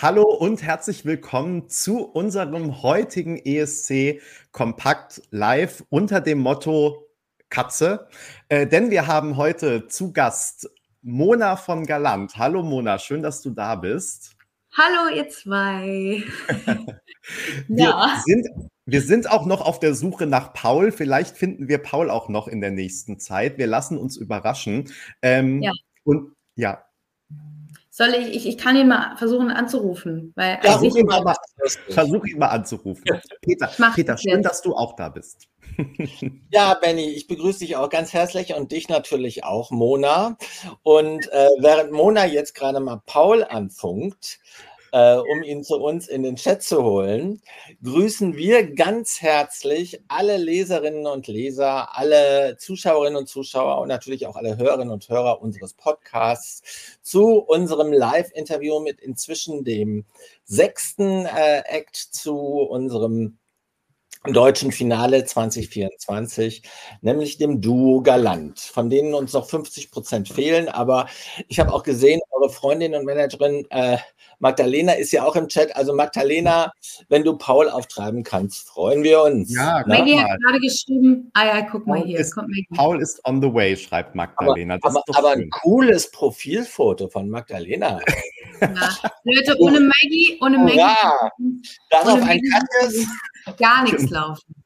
Hallo und herzlich willkommen zu unserem heutigen ESC Kompakt Live unter dem Motto Katze. Denn wir haben heute zu Gast Mona von Galant. Hallo Mona, schön, dass du da bist. Hallo ihr zwei. Wir Ja. sind auch noch auf der Suche nach Paul. Vielleicht finden wir Paul auch noch in der nächsten Zeit. Wir lassen uns überraschen. Ja. Und ja. Soll ich kann ihn mal versuchen anzurufen, weil Ja, versuch ihn mal anzurufen. Peter, schön, dass du auch da bist. Ja, Benny, ich begrüße dich auch ganz herzlich und dich natürlich auch, Mona. Und während Mona jetzt gerade mal Paul anfunkt, um ihn zu uns in den Chat zu holen, grüßen wir ganz herzlich alle Leserinnen und Leser, alle Zuschauerinnen und Zuschauer und natürlich auch alle Hörerinnen und Hörer unseres Podcasts zu unserem Live-Interview mit inzwischen dem 6. Act zu unserem deutschen Finale 2024, nämlich dem Duo Galant, von denen uns noch 50% fehlen. Aber ich habe auch gesehen, eure Freundin und Managerin Magdalena ist ja auch im Chat. Also Magdalena, wenn du Paul auftreiben kannst, freuen wir uns. Ja, Maggie hat gerade geschrieben, guck mal hier. Paul ist on the way, schreibt Magdalena. Aber ein cooles Profilfoto von Magdalena. Ja. Leute, ohne Maggie darauf ein Katjes gar nichts laufen.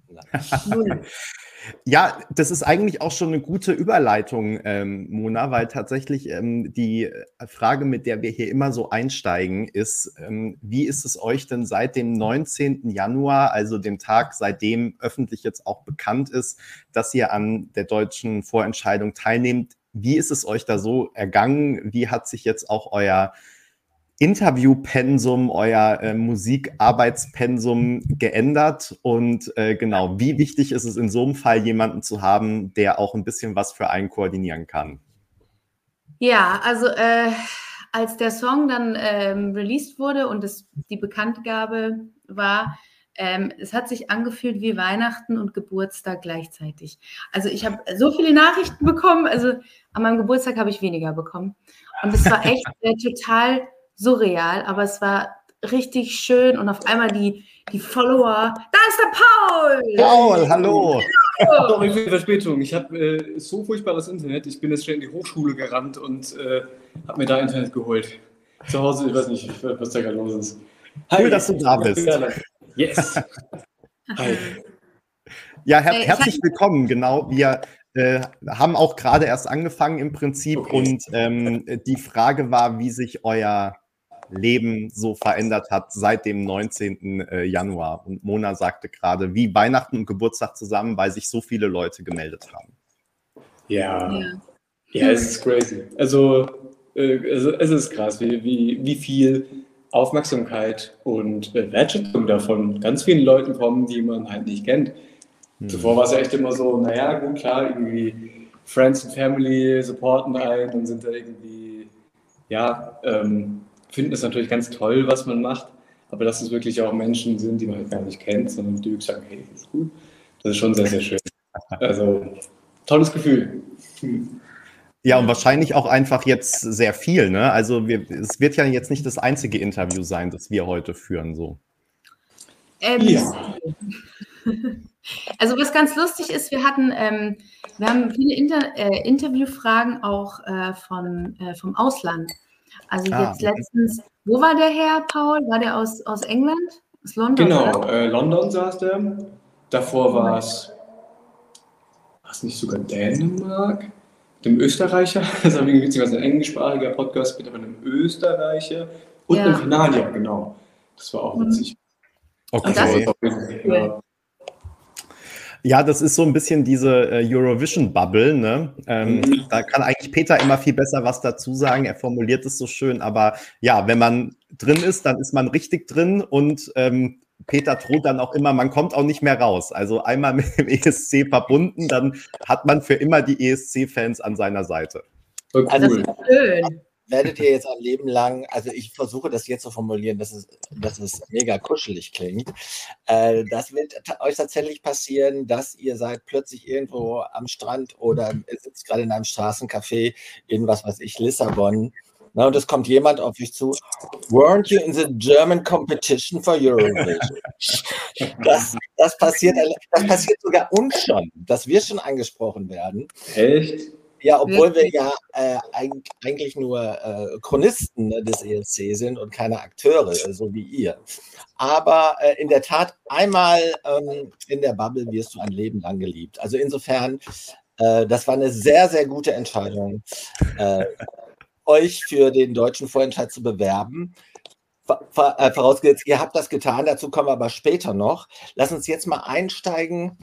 Ja, das ist eigentlich auch schon eine gute Überleitung, Mona, weil tatsächlich die Frage, mit der wir hier immer so einsteigen, ist, wie ist es euch denn seit dem 19. Januar, also dem Tag, seitdem öffentlich jetzt auch bekannt ist, dass ihr an der deutschen Vorentscheidung teilnehmt, wie ist es euch da so ergangen? Wie hat sich jetzt auch euer Interviewpensum, euer Musikarbeitspensum geändert? Und genau, wie wichtig ist es in so einem Fall, jemanden zu haben, der auch ein bisschen was für einen koordinieren kann? Ja, also als der Song dann released wurde und die Bekanntgabe war, es hat sich angefühlt wie Weihnachten und Geburtstag gleichzeitig. Also ich habe so viele Nachrichten bekommen, also an meinem Geburtstag habe ich weniger bekommen. Und es war echt total surreal, aber es war richtig schön und auf einmal die Follower, da ist der Paul! Paul, hallo! Sorry für die Verspätung, ich habe so furchtbares Internet, ich bin jetzt schnell in die Hochschule gerannt und habe mir da Internet geholt. Zu Hause, ich weiß nicht, was da gerade los ist. Cool, dass du da bist. Yes! Hi! Ja, herzlich willkommen, genau, wir haben auch gerade erst angefangen im Prinzip und die Frage war, wie sich euer Leben so verändert hat seit dem 19. Januar. Und Mona sagte gerade, wie Weihnachten und Geburtstag zusammen, weil sich so viele Leute gemeldet haben. Ja, es ist crazy. Also es ist krass, wie viel Aufmerksamkeit und Wertschätzung davon ganz vielen Leuten kommen, die man halt nicht kennt. Zuvor war es ja echt immer so, naja, gut, klar, irgendwie Friends und Family supporten einen und sind da irgendwie, finden es natürlich ganz toll, was man macht, aber dass es wirklich auch Menschen sind, die man halt gar nicht kennt, sondern die sagen, hey, das ist gut. Das ist schon sehr, sehr schön. Also, tolles Gefühl. Ja, und wahrscheinlich auch einfach jetzt sehr viel, ne? Also es wird ja jetzt nicht das einzige Interview sein, das wir heute führen, so. Also was ganz lustig ist, wir haben viele Interviewfragen auch vom Ausland. Also jetzt letztens, wo war der Herr, Paul? War der aus England? Aus London? Genau, London saß der. Davor war es nicht sogar Dänemark? Dem Österreicher, das habe ich witzig, was ein englischsprachiger Podcast mit einem Österreicher und einem Kanadier, genau. Das war auch witzig. Okay. Ja, das ist so ein bisschen diese Eurovision-Bubble, ne? Da kann eigentlich Peter immer viel besser was dazu sagen. Er formuliert es so schön, aber ja, wenn man drin ist, dann ist man richtig drin und Peter droht dann auch immer, man kommt auch nicht mehr raus. Also einmal mit dem ESC verbunden, dann hat man für immer die ESC-Fans an seiner Seite. Cool. Also das ist schön. Werdet ihr jetzt ein Leben lang, also ich versuche das jetzt zu formulieren, dass es mega kuschelig klingt. Das wird euch tatsächlich passieren, dass ihr seid plötzlich irgendwo am Strand oder sitzt gerade in einem Straßencafé in, was weiß ich, Lissabon Na, und es kommt jemand auf dich zu. Weren't you in the German competition for Eurovision? Das passiert sogar uns schon, dass wir schon angesprochen werden. Echt? Ja, obwohl wir ja eigentlich nur Chronisten des ESC sind und keine Akteure, so wie ihr. Aber in der Tat, einmal in der Bubble wirst du ein Leben lang geliebt. Also insofern, das war eine sehr, sehr gute Entscheidung, euch für den deutschen Vorentscheid zu bewerben. Vorausgesetzt, ihr habt das getan, dazu kommen wir aber später noch. Lass uns jetzt mal einsteigen.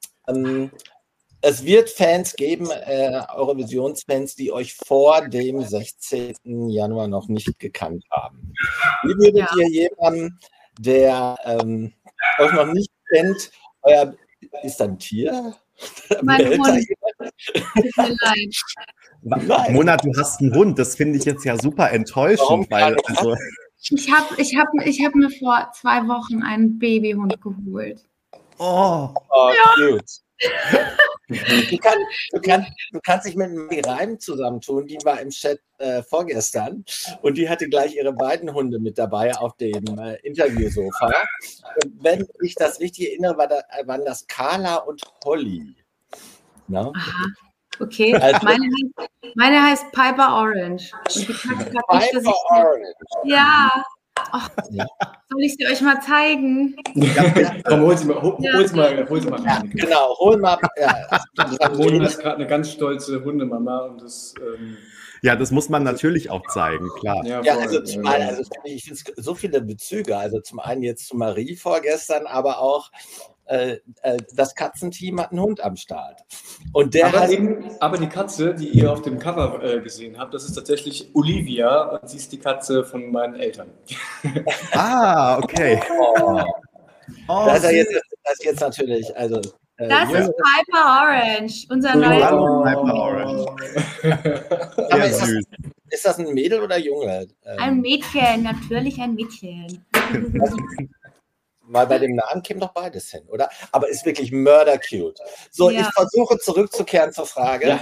Es wird Fans geben, Eurovisionsfans, die euch vor dem 16. Januar noch nicht gekannt haben. Wie würdet ihr jemanden, der euch noch nicht kennt, ist da ein Tier? Mein Hund. Tut mir leid. Nein. Mona, du hast einen Hund, das finde ich jetzt ja super enttäuschend, weil also ich hab mir vor 2 Wochen einen Babyhund geholt. Oh, cute. Du kannst dich mit Maggie Reim zusammentun, die war im Chat vorgestern und die hatte gleich ihre beiden Hunde mit dabei auf dem Interviewsofa. Und wenn ich das richtig erinnere, waren das Carla und Holly. No? Aha, okay. Also, meine heißt Piper Orange. Und die Piper Orange? Ja. Oh, soll ich sie euch mal zeigen? Ja, komm, hol sie mal rein. Ja, genau, hol mal. Mona ist gerade eine ganz stolze Hundemama und das. Ja, das muss man natürlich auch zeigen, klar. Ja, also ich finde so viele Bezüge. Also zum einen jetzt zu Marie vorgestern, aber auch das Katzenteam hat einen Hund am Start. Und aber die Katze, die ihr auf dem Cover gesehen habt, das ist tatsächlich Olivia und sie ist die Katze von meinen Eltern. Ah, okay. Das ist jetzt natürlich, also. Das ist Piper Orange, unser neuer Piper Orange. Aber ist das ein Mädel oder Junge? Ein Mädchen, natürlich ein Mädchen. Weil bei dem Namen käme doch beides hin, oder? Aber ist wirklich mörder-cute. So, ja. Ich versuche zurückzukehren zur Frage.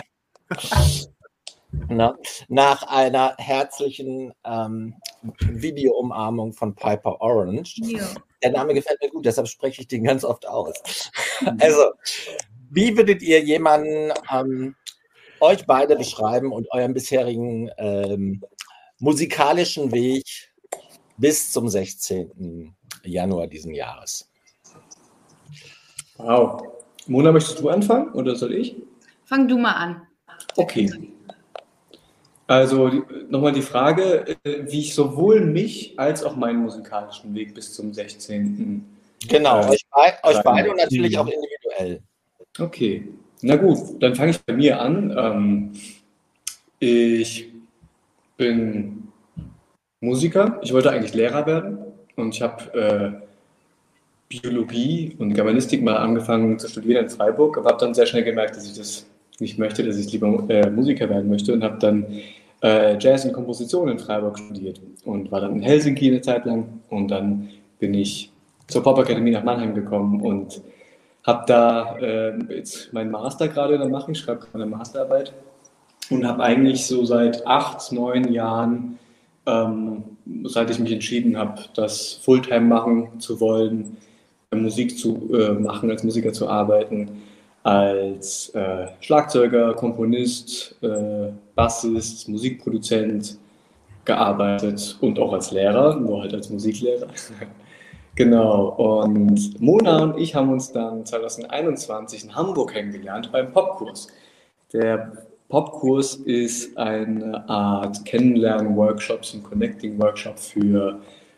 Ja. Nach einer herzlichen Video-Umarmung von Piper Orange. Ja. Der Name gefällt mir gut, deshalb spreche ich den ganz oft aus. Also, wie würdet ihr jemanden euch beide beschreiben und euren bisherigen musikalischen Weg bis zum 16. Januar diesen Jahres? Wow. Mona, möchtest du anfangen oder soll ich? Fang du mal an. Okay. Also nochmal die Frage, wie ich sowohl mich als auch meinen musikalischen Weg bis zum 16. Genau, euch beide und natürlich auch individuell. Okay, na gut, dann fange ich bei mir an. Ich bin Musiker, ich wollte eigentlich Lehrer werden und ich habe Biologie und Germanistik mal angefangen zu studieren in Freiburg, aber habe dann sehr schnell gemerkt, dass ich das nicht möchte, dass ich lieber Musiker werden möchte und habe dann Jazz und Komposition in Freiburg studiert und war dann in Helsinki eine Zeit lang und dann bin ich zur Popakademie nach Mannheim gekommen und habe da jetzt meinen Master gerade dann machen, ich schreibe gerade eine Masterarbeit und habe eigentlich so seit 8, 9 Jahren, seit ich mich entschieden habe, das Fulltime machen zu wollen, Musik zu machen, als Musiker zu arbeiten, als Schlagzeuger, Komponist, Bassist, Musikproduzent gearbeitet und auch als Lehrer, nur halt als Musiklehrer. Genau, und Mona und ich haben uns dann 2021 in Hamburg kennengelernt beim Popkurs. Der Popkurs ist eine Art Kennenlernen-Workshops und Connecting-Workshop für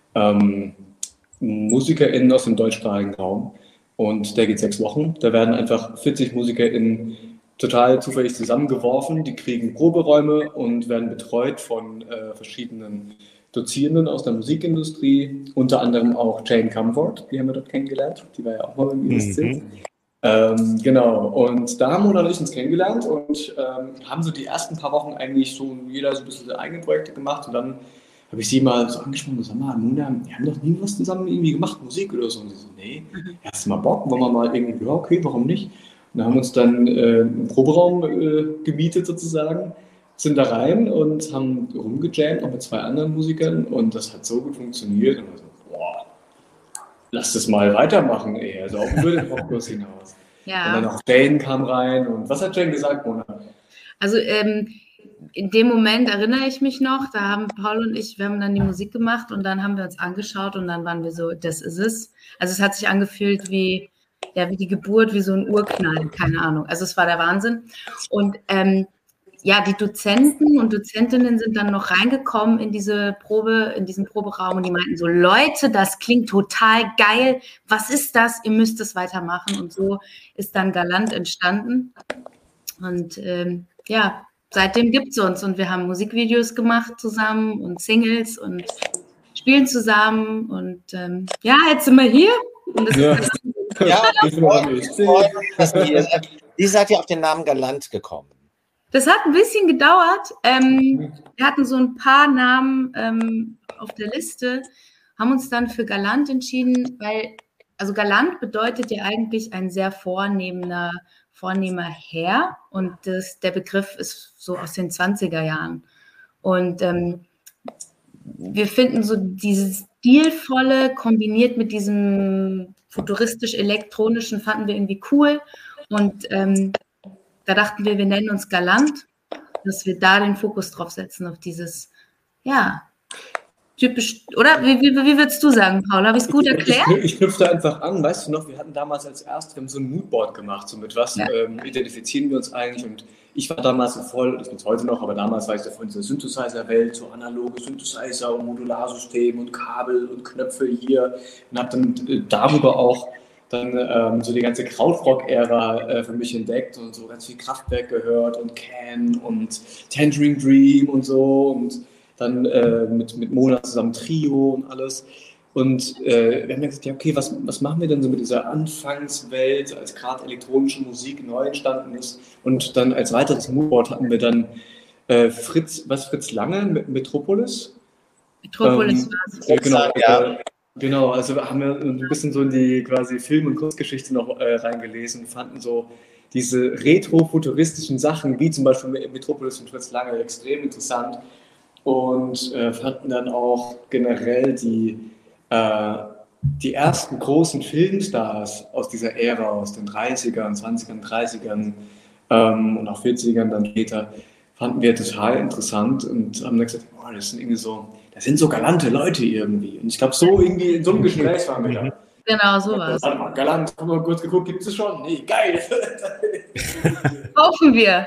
MusikerInnen aus dem deutschsprachigen Raum. Und der geht 6 Wochen. Da werden einfach 40 MusikerInnen total zufällig zusammengeworfen. Die kriegen Proberäume und werden betreut von verschiedenen Dozierenden aus der Musikindustrie, unter anderem auch Jane Comfort, die haben wir dort kennengelernt. Die war ja auch mal im ESC. Genau, und da haben Mona und ich uns kennengelernt und haben so die ersten paar Wochen eigentlich so jeder so ein bisschen seine eigenen Projekte gemacht und dann habe ich sie mal so angesprochen und gesagt, Mona, wir haben doch nie was zusammen irgendwie gemacht, Musik oder so. Und sie so, nee, hast du mal Bock, wollen wir mal irgendwie, ja, okay, warum nicht? Und dann haben wir uns dann einen Proberaum gemietet sozusagen. sind da rein und haben rumgejammt, auch mit 2 anderen Musikern und das hat so gut funktioniert und wir so, boah, lass das mal weitermachen, ey, also auch über den Rockkurs hinaus. Ja. Und dann auch Jane kam rein und was hat Jane gesagt, Mona? Also in dem Moment erinnere ich mich noch, da haben Paul und ich, wir haben dann die Musik gemacht und dann haben wir uns angeschaut und dann waren wir so, das ist es. Also es hat sich angefühlt wie die Geburt, wie so ein Urknall, keine Ahnung. Also es war der Wahnsinn. Und die Dozenten und Dozentinnen sind dann noch reingekommen in diesen Proberaum und die meinten so, Leute, das klingt total geil. Was ist das? Ihr müsst es weitermachen. Und so ist dann Galant entstanden. Und seitdem gibt es uns und wir haben Musikvideos gemacht zusammen und Singles und spielen zusammen und jetzt sind wir hier. Und das Wie seid ihr auf den Namen Galant gekommen? Das hat ein bisschen gedauert. Wir hatten so ein paar Namen auf der Liste, haben uns dann für Galant entschieden, weil, also Galant bedeutet ja eigentlich ein sehr vornehmer Herr und der Begriff ist so aus den 20er Jahren. Und wir finden so dieses Stilvolle kombiniert mit diesem futuristisch-elektronischen fanden wir irgendwie cool und da dachten wir nennen uns Galant, dass wir da den Fokus drauf setzen, auf dieses, typisch, oder? Wie würdest du sagen, Paul? Habe ich es gut erklärt? Ich knüpfe da einfach an, weißt du noch, wir hatten damals wir haben so ein Moodboard gemacht, so mit was identifizieren wir uns eigentlich und ich war damals so voll, ich bin es heute noch, aber damals war ich davon in dieser Synthesizer-Welt, so analoge Synthesizer und Modularsystem und Kabel und Knöpfe hier und habe dann darüber auch dann so die ganze Krautrock-Ära für mich entdeckt und so ganz viel Kraftwerk gehört und Can und Tangerine Dream und so und dann mit Mona zusammen Trio und alles. Und wir haben gesagt, ja okay, was machen wir denn so mit dieser Anfangswelt, als gerade elektronische Musik neu entstanden ist. Und dann als weiteres Moodboard hatten wir dann Fritz Lange mit Metropolis. Metropolis war es. Genau, also haben wir ein bisschen so in die quasi Film- und Kunstgeschichte noch reingelesen und fanden so diese retro-futuristischen Sachen, wie zum Beispiel Metropolis und Fritz Lange, extrem interessant. Und fanden dann auch generell die ersten großen Filmstars aus dieser Ära, aus den 30ern, 20ern, 30ern und auch 40ern dann später, fanden wir total interessant und haben dann gesagt, das sind irgendwie das sind so galante Leute irgendwie. Und ich glaube, so irgendwie in so einem Gespräch waren wir da. Genau, sowas. Warte mal, galant, haben wir kurz geguckt, gibt es schon? Nee, geil. Kaufen wir.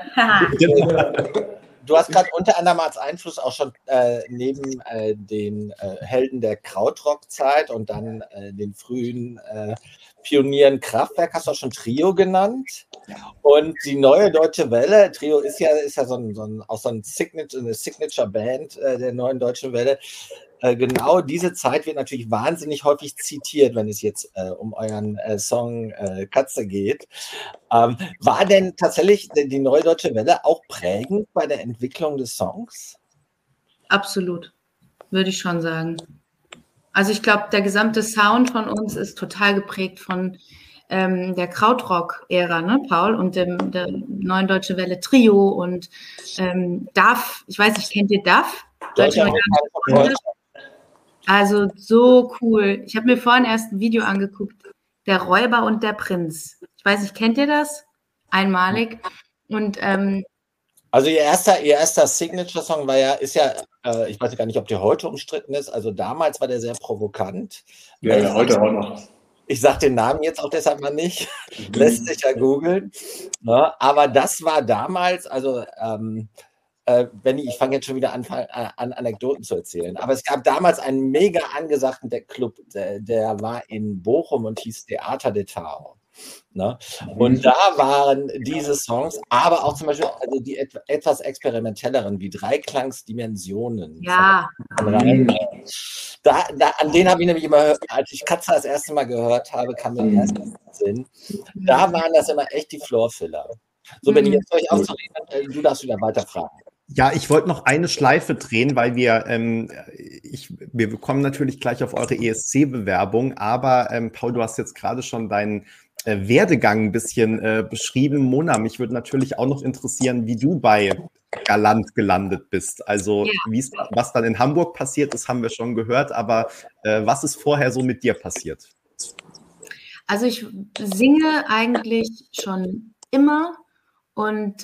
Du hast gerade unter anderem als Einfluss auch schon neben den Helden der Krautrock-Zeit und dann den frühen Pionieren Kraftwerk, hast du auch schon Trio genannt. Und die Neue Deutsche Welle, Trio ist ja auch so eine Signature-Band der Neuen Deutschen Welle. Genau diese Zeit wird natürlich wahnsinnig häufig zitiert, wenn es jetzt um euren Song Katze geht. War denn tatsächlich die Neue Deutsche Welle auch prägend bei der Entwicklung des Songs? Absolut, würde ich schon sagen. Also ich glaube, der gesamte Sound von uns ist total geprägt von der Krautrock-Ära, ne, Paul, und der Neuen Deutsche Welle Trio und DAF. Ich weiß nicht, kennt ihr DAF? Also so cool. Ich habe mir vorhin erst ein Video angeguckt. Der Räuber und der Prinz. Ich weiß nicht, kennt ihr das? Einmalig. Und also ihr erster Signature-Song ist ja, ich weiß gar nicht, ob der heute umstritten ist. Also damals war der sehr provokant. Ja, heute auch noch. Ich sage den Namen jetzt auch deshalb mal nicht. Lässt sich ja googeln. Ja, aber das war damals, also Benni, ich fange jetzt schon wieder an Anekdoten zu erzählen. Aber es gab damals einen mega angesagten Club, der war in Bochum und hieß Theater de Tao. Ne? Und da waren diese Songs, aber auch zum Beispiel also die etwas experimentelleren, wie Dreiklangsdimensionen. Ja. An den habe ich nämlich immer, als ich Katze das erste Mal gehört habe, kam mir der erste Sinn. Da waren das immer echt die Floorfiller. So, wenn ich jetzt euch aufzureden, du darfst wieder weiterfragen. Ja, ich wollte noch eine Schleife drehen, weil wir kommen natürlich gleich auf eure ESC-Bewerbung, aber Paul, du hast jetzt gerade schon deinen Werdegang ein bisschen beschrieben. Mona, mich würde natürlich auch noch interessieren, wie du bei Galant gelandet bist. Also was dann in Hamburg passiert ist, haben wir schon gehört, aber was ist vorher so mit dir passiert? Also ich singe eigentlich schon immer und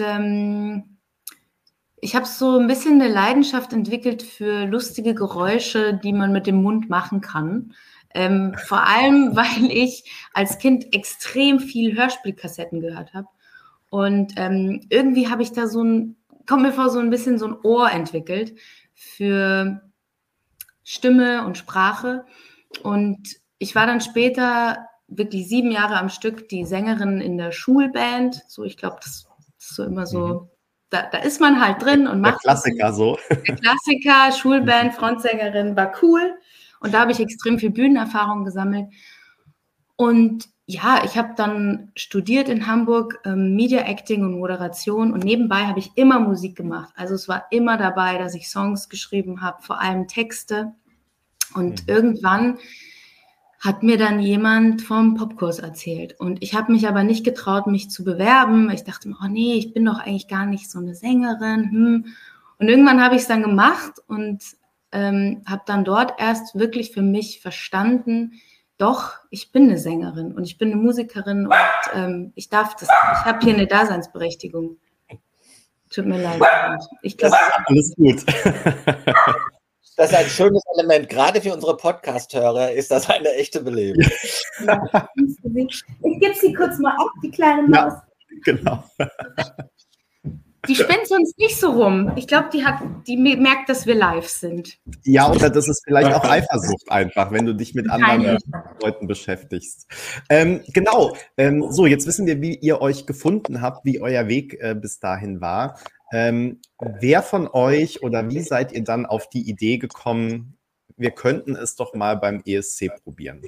ich habe so ein bisschen eine Leidenschaft entwickelt für lustige Geräusche, die man mit dem Mund machen kann. Vor allem, weil ich als Kind extrem viel Hörspielkassetten gehört habe. Und irgendwie habe ich da kommt mir vor, so ein bisschen so ein Ohr entwickelt für Stimme und Sprache. Und ich war dann später wirklich 7 Jahre am Stück die Sängerin in der Schulband. So, ich glaube, das ist so immer so, da ist man halt drin und macht. Der Klassiker so. Der Klassiker, Schulband, Frontsängerin, war cool. Und da habe ich extrem viel Bühnenerfahrung gesammelt. Und ja, ich habe dann studiert in Hamburg, Media Acting und Moderation. Und nebenbei habe ich immer Musik gemacht. Also es war immer dabei, dass ich Songs geschrieben habe, vor allem Texte. Und irgendwann hat mir dann jemand vom Popkurs erzählt. Und ich habe mich aber nicht getraut, mich zu bewerben. Ich dachte mir, oh nee, ich bin doch eigentlich gar nicht so eine Sängerin. Und irgendwann habe ich es dann gemacht und habe dann dort erst wirklich für mich verstanden, doch, ich bin eine Sängerin und ich bin eine Musikerin und ich darf das. Ich habe hier eine Daseinsberechtigung. Tut mir leid. Ich glaube, alles gut. Das ist ein schönes Element. Gerade für unsere Podcast-Hörer ist das eine echte Belebung. Ja. Ich gebe sie kurz mal ab, die kleine Maus. Ja, genau. Die spinnt sonst nicht so rum. Ich glaube, die merkt, dass wir live sind. Ja, oder das ist vielleicht auch Eifersucht einfach, wenn du dich mit anderen Leuten beschäftigst. Genau. So, jetzt wissen wir, wie ihr euch gefunden habt, wie euer Weg bis dahin war. Wer von euch oder wie seid ihr dann auf die Idee gekommen, wir könnten es doch mal beim ESC probieren?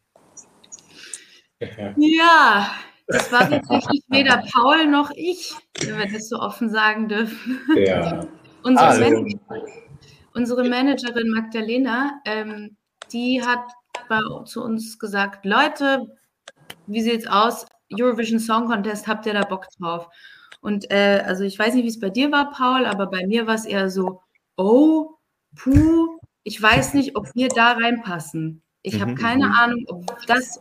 Ja, das war tatsächlich weder Paul noch ich, wenn wir das so offen sagen dürfen. Ja. Unsere Managerin Magdalena, die hat zu uns gesagt, Leute, wie sieht's aus? Eurovision Song Contest, habt ihr da Bock drauf? Und also ich weiß nicht, wie es bei dir war, Paul, aber bei mir war es eher so, oh, puh, ich weiß nicht, ob wir da reinpassen. Ich habe keine Ahnung, ob das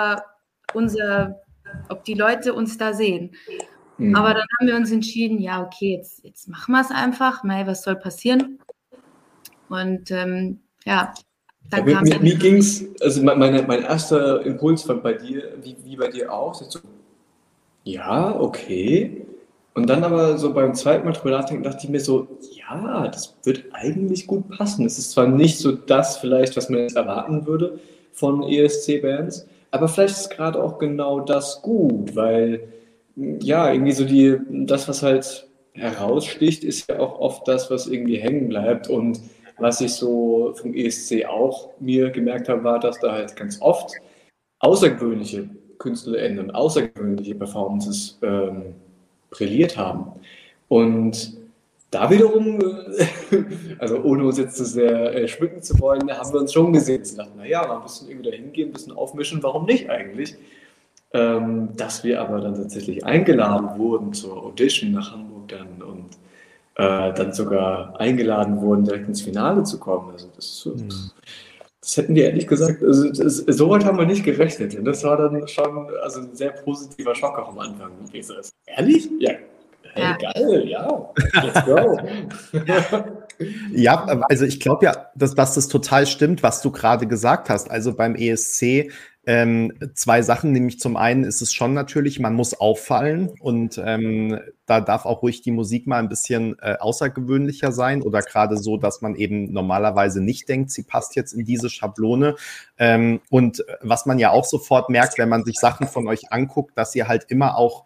ob die Leute uns da sehen. Aber dann haben wir uns entschieden, ja, okay, jetzt machen wir es einfach. Mei, was soll passieren? Und ja, dann kam es. Mir ging es, also mein erster Impuls war bei dir, wie bei dir auch, so, ja, okay. Und dann aber so beim zweiten Mal drüber nachdenken, dachte ich mir so, ja, das wird eigentlich gut passen. Es ist zwar nicht so das vielleicht, was man jetzt erwarten würde von ESC-Bands, aber vielleicht ist gerade auch genau das gut, weil ja, irgendwie so das, was halt heraussticht, ist ja auch oft das, was irgendwie hängen bleibt. Und was ich so vom ESC auch mir gemerkt habe, war, dass da halt ganz oft außergewöhnliche KünstlerInnen und außergewöhnliche Performances brilliert haben. Und da wiederum, also ohne uns jetzt zu sehr schmücken zu wollen, haben wir uns schon gesehen. Wir dachten, naja, mal ein bisschen irgendwie da hingehen, ein bisschen aufmischen, warum nicht eigentlich? Dass wir aber dann tatsächlich eingeladen wurden zur Audition nach Hamburg dann und dann sogar eingeladen wurden, direkt ins Finale zu kommen. Also das hätten wir ehrlich gesagt, also so weit haben wir nicht gerechnet. Und das war dann schon ein sehr positiver Schock auch am Anfang. Wie ist das? Ehrlich? Ja. Hey, geil, ja. Let's go. Ja, also ich glaube ja, dass das total stimmt, was du gerade gesagt hast. Also beim ESC 2 Sachen, nämlich zum einen ist es schon natürlich, man muss auffallen und da darf auch ruhig die Musik mal ein bisschen außergewöhnlicher sein oder gerade so, dass man eben normalerweise nicht denkt, sie passt jetzt in diese Schablone. Und was man ja auch sofort merkt, wenn man sich Sachen von euch anguckt, dass ihr halt immer auch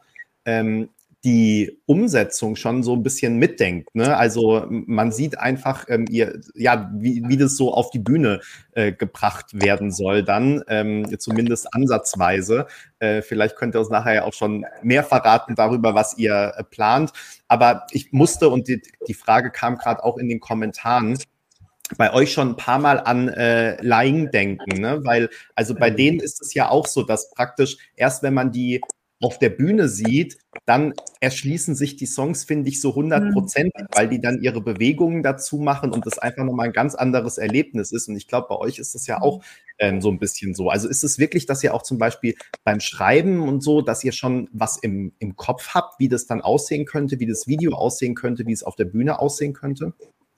die Umsetzung schon so ein bisschen mitdenkt, ne? Also man sieht einfach, wie das so auf die Bühne gebracht werden soll dann, zumindest ansatzweise. Vielleicht könnt ihr uns nachher ja auch schon mehr verraten darüber, was ihr plant. Aber ich musste, und die Frage kam gerade auch in den Kommentaren, bei euch schon ein paar Mal an Lying denken, ne? Weil, also bei denen ist es ja auch so, dass praktisch erst wenn man die auf der Bühne sieht, dann erschließen sich die Songs, finde ich, so 100%, weil die dann ihre Bewegungen dazu machen und das einfach nochmal ein ganz anderes Erlebnis ist. Und ich glaube, bei euch ist das ja auch so ein bisschen so. Also ist es wirklich, dass ihr auch zum Beispiel beim Schreiben und so, dass ihr schon was im Kopf habt, wie das dann aussehen könnte, wie das Video aussehen könnte, wie es auf der Bühne aussehen könnte?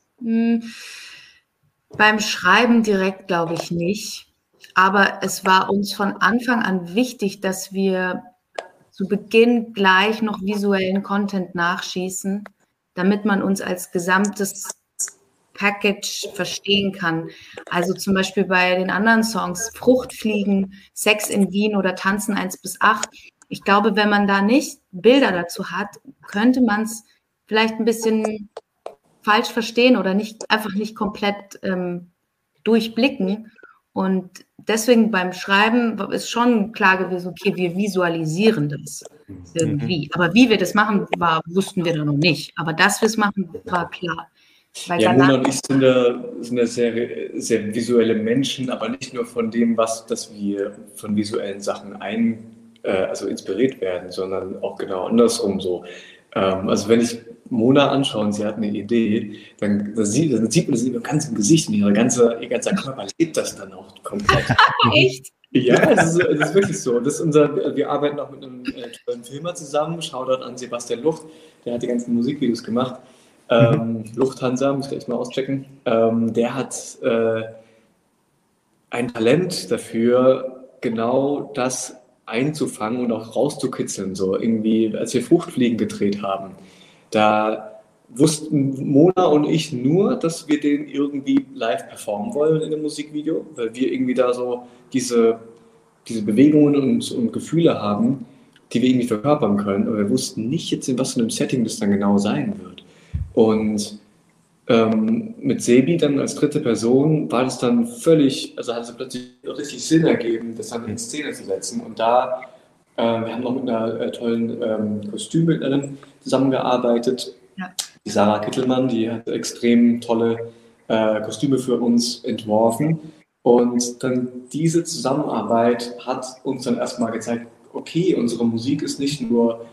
Beim Schreiben direkt glaube ich nicht. Aber es war uns von Anfang an wichtig, dass wir zu Beginn gleich noch visuellen Content nachschießen, damit man uns als gesamtes Package verstehen kann. Also zum Beispiel bei den anderen Songs, Fruchtfliegen, Sex in Wien oder Tanzen 1-8. Ich glaube, wenn man da nicht Bilder dazu hat, könnte man es vielleicht ein bisschen falsch verstehen oder einfach nicht komplett durchblicken. Und deswegen beim Schreiben ist schon klar gewesen, okay, wir visualisieren das irgendwie. Aber wie wir das machen, wussten wir da noch nicht. Aber dass wir es machen, war klar. Ja, Mona und ich sind da sehr, sehr visuelle Menschen, aber nicht nur von dem, dass wir von visuellen Sachen also inspiriert werden, sondern auch genau andersrum so. Also wenn ich Mona anschaue und sie hat eine Idee, dann sieht man das in ihrem ganzen Gesicht und ihr ganzer Körper lebt das dann auch komplett. Echt? Ja, das ist wirklich so. Wir arbeiten auch mit einem tollen Filmer zusammen, Shoutout an Sebastian Lucht, der hat die ganzen Musikvideos gemacht. Lufthansa, muss ich gleich mal auschecken. Der hat ein Talent dafür, genau das einzufangen und auch rauszukitzeln. So irgendwie, als wir Fruchtfliegen gedreht haben, da wussten Mona und ich nur, dass wir den irgendwie live performen wollen in einem Musikvideo, weil wir irgendwie da so diese Bewegungen und Gefühle haben, die wir irgendwie verkörpern können. Aber wir wussten nicht jetzt, in was für einem Setting das dann genau sein wird. Und mit Sebi dann als dritte Person war das dann völlig, also hat es plötzlich richtig Sinn ergeben, das dann in Szene zu setzen. Und da, wir haben noch mit einer tollen Kostümbildnerin zusammengearbeitet, ja. Die Sarah Kittelmann, die hat extrem tolle Kostüme für uns entworfen. Und dann diese Zusammenarbeit hat uns dann erstmal gezeigt, okay, unsere Musik ist nicht nur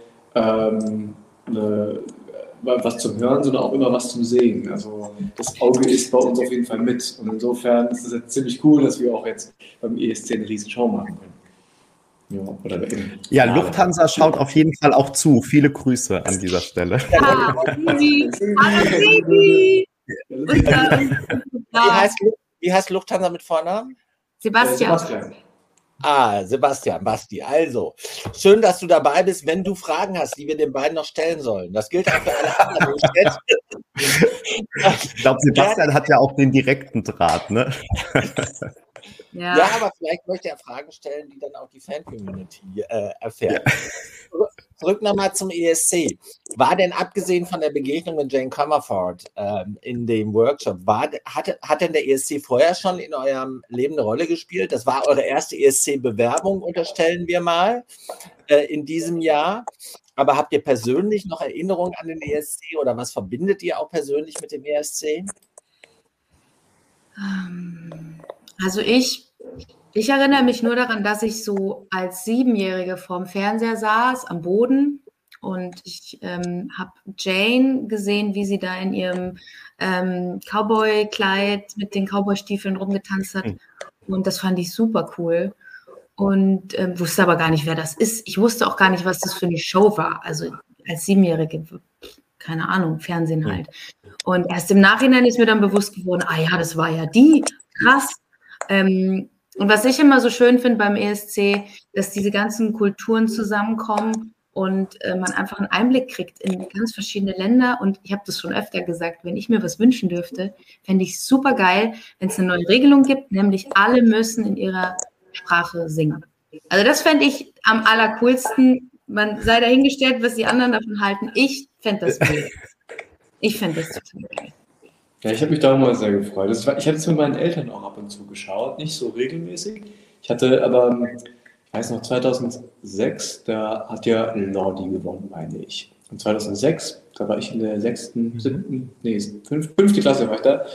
was zum Hören, sondern auch immer was zum Sehen. Also das Auge ist bei uns auf jeden Fall mit. Und insofern ist es jetzt ziemlich cool, dass wir auch jetzt beim ESC eine riesen Show machen können. Ja, Lufthansa schaut auf jeden Fall auch zu. Viele Grüße an dieser Stelle. Wie heißt Lufthansa mit Vornamen? Sebastian. Sebastian, Basti. Also, schön, dass du dabei bist, wenn du Fragen hast, die wir den beiden noch stellen sollen. Das gilt auch für alle anderen. Ich glaube, Sebastian hat ja auch den direkten Draht, ne? Ja, aber vielleicht möchte er Fragen stellen, die dann auch die Fan-Community erfährt. Ja. Zurück nochmal zum ESC. War denn abgesehen von der Begegnung mit Jane Comerford in dem Workshop, hat denn der ESC vorher schon in eurem Leben eine Rolle gespielt? Das war eure erste ESC-Bewerbung, unterstellen wir mal, in diesem Jahr. Aber habt ihr persönlich noch Erinnerungen an den ESC oder was verbindet ihr auch persönlich mit dem ESC? Also ich erinnere mich nur daran, dass ich so als 7-Jährige vorm Fernseher saß, am Boden, und ich habe Jane gesehen, wie sie da in ihrem Cowboy-Kleid mit den Cowboy-Stiefeln rumgetanzt hat, und das fand ich super cool und wusste aber gar nicht, wer das ist. Ich wusste auch gar nicht, was das für eine Show war, also als 7-Jährige, keine Ahnung, Fernsehen halt. Und erst im Nachhinein ist mir dann bewusst geworden, ja, das war ja die, krass. Und was ich immer so schön finde beim ESC, dass diese ganzen Kulturen zusammenkommen und man einfach einen Einblick kriegt in ganz verschiedene Länder. Und ich habe das schon öfter gesagt, wenn ich mir was wünschen dürfte, fände ich super geil, wenn es eine neue Regelung gibt, nämlich alle müssen in ihrer Sprache singen. Also das fände ich am allercoolsten. Man sei dahingestellt, was die anderen davon halten. Ich fände das cool. Ich fände das total geil. Ja, ich habe mich da immer sehr gefreut. Ich hatte es mit meinen Eltern auch ab und zu geschaut, nicht so regelmäßig. Ich hatte aber, ich weiß noch, 2006, da hat ja Lordi gewonnen, meine ich. Und 2006, da war ich in der 5. Klasse war ich da.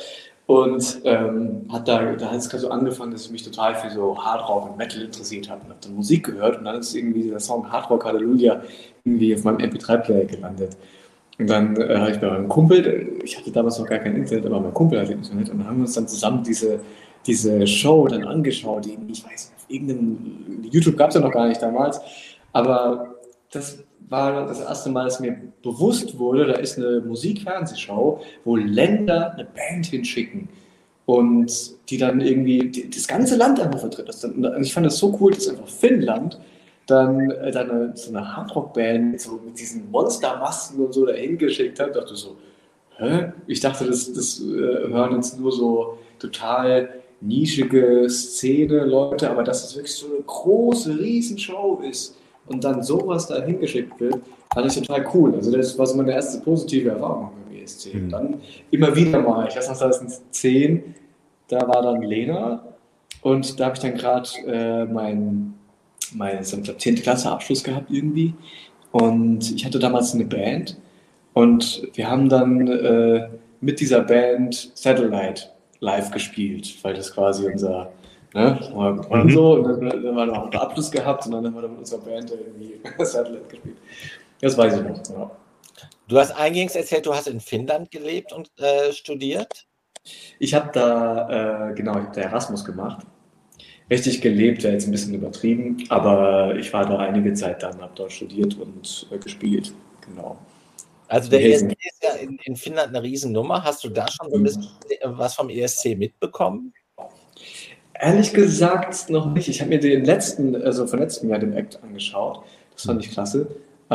Und hat da hat es gerade so angefangen, dass ich mich total für so Hardrock und Metal interessiert habe und habe dann Musik gehört und dann ist irgendwie dieser Song Hardrock Halleluja irgendwie auf meinem MP3-Player gelandet. Und dann habe ich bei meinem Kumpel, ich hatte damals noch gar kein Internet, aber mein Kumpel hatte Internet und dann haben wir uns dann zusammen diese Show dann angeschaut, die, ich weiß nicht, auf irgendeinem, YouTube gab es ja noch gar nicht damals, aber das war das erste Mal, dass mir bewusst wurde, da ist eine Musikfernsehshow, wo Länder eine Band hinschicken und die dann irgendwie das ganze Land einfach vertritt. Und ich fand das so cool, dass einfach Finnland dann so eine Hardrock-Band mit diesen Monstermasken und so dahin geschickt hat. Ich dachte so, hä? Ich dachte, das hören jetzt nur so total nischige Szene-Leute, aber dass es wirklich so eine große, Riesenshow ist und dann sowas da hingeschickt wird, fand ich total cool. Also das war so meine erste positive Erfahrung beim ESC. Und dann immer wieder mal, ich weiß noch 2010, da war dann Lena und da habe ich dann gerade meinen 10. Klasse Abschluss gehabt irgendwie und ich hatte damals eine Band und wir haben dann mit dieser Band Satellite live gespielt, weil das quasi unser und so und dann haben wir noch einen Abschluss gehabt und dann haben wir mit unserer Band irgendwie Satellite gespielt. Das weiß ich noch. Ja. Du hast eingangs erzählt, du hast in Finnland gelebt und studiert? Ich habe da Erasmus gemacht. Richtig gelebt, wäre jetzt ein bisschen übertrieben, aber ich war da einige Zeit dann, habe dort studiert und gespielt. Genau. Also der ESC ist ja in Finnland eine Riesennummer. Hast du da schon so ein bisschen was vom ESC mitbekommen? Ehrlich gesagt noch nicht. Ich habe mir von letztem Jahr den Act angeschaut. Das fand ich klasse.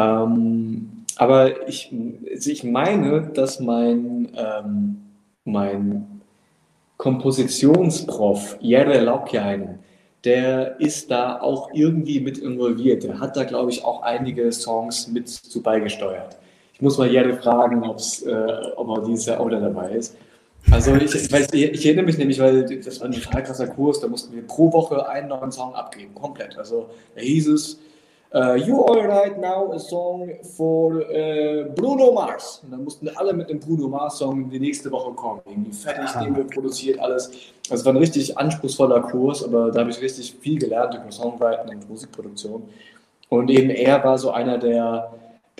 Aber ich meine, dass mein Kompositionsprof Jere Laukjainen, der ist da auch irgendwie mit involviert. Der hat da, glaube ich, auch einige Songs mit zu beigesteuert. Ich muss mal Jere fragen, ob er dieses Jahr auch da dabei ist. Also ich erinnere mich nämlich, weil das war ein total krasser Kurs, da mussten wir pro Woche einen neuen Song abgeben, komplett. Also da hieß es, you all write now a song for Bruno Mars. Und dann mussten alle mit dem Bruno Mars Song die nächste Woche kommen. Irgendwie fertig, den wir produziert, alles. Also es war ein richtig anspruchsvoller Kurs, aber da habe ich richtig viel gelernt über Songwriting und Musikproduktion. Und eben er war so einer der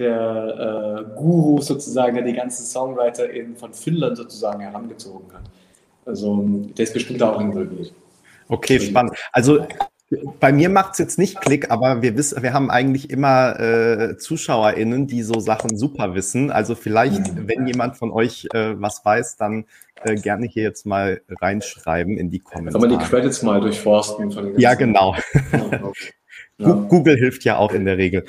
Gurus sozusagen, der die ganzen Songwriter eben von Finnland sozusagen herangezogen hat. Also der ist bestimmt auch involviert. Okay, spannend. Also bei mir macht es jetzt nicht Klick, aber wir haben eigentlich immer ZuschauerInnen, die so Sachen super wissen. Also vielleicht, wenn jemand von euch was weiß, dann gerne hier jetzt mal reinschreiben in die Kommentare. Kann man die Credits mal durchforsten? Von den ja, genau. Ja. Google hilft ja auch in der Regel.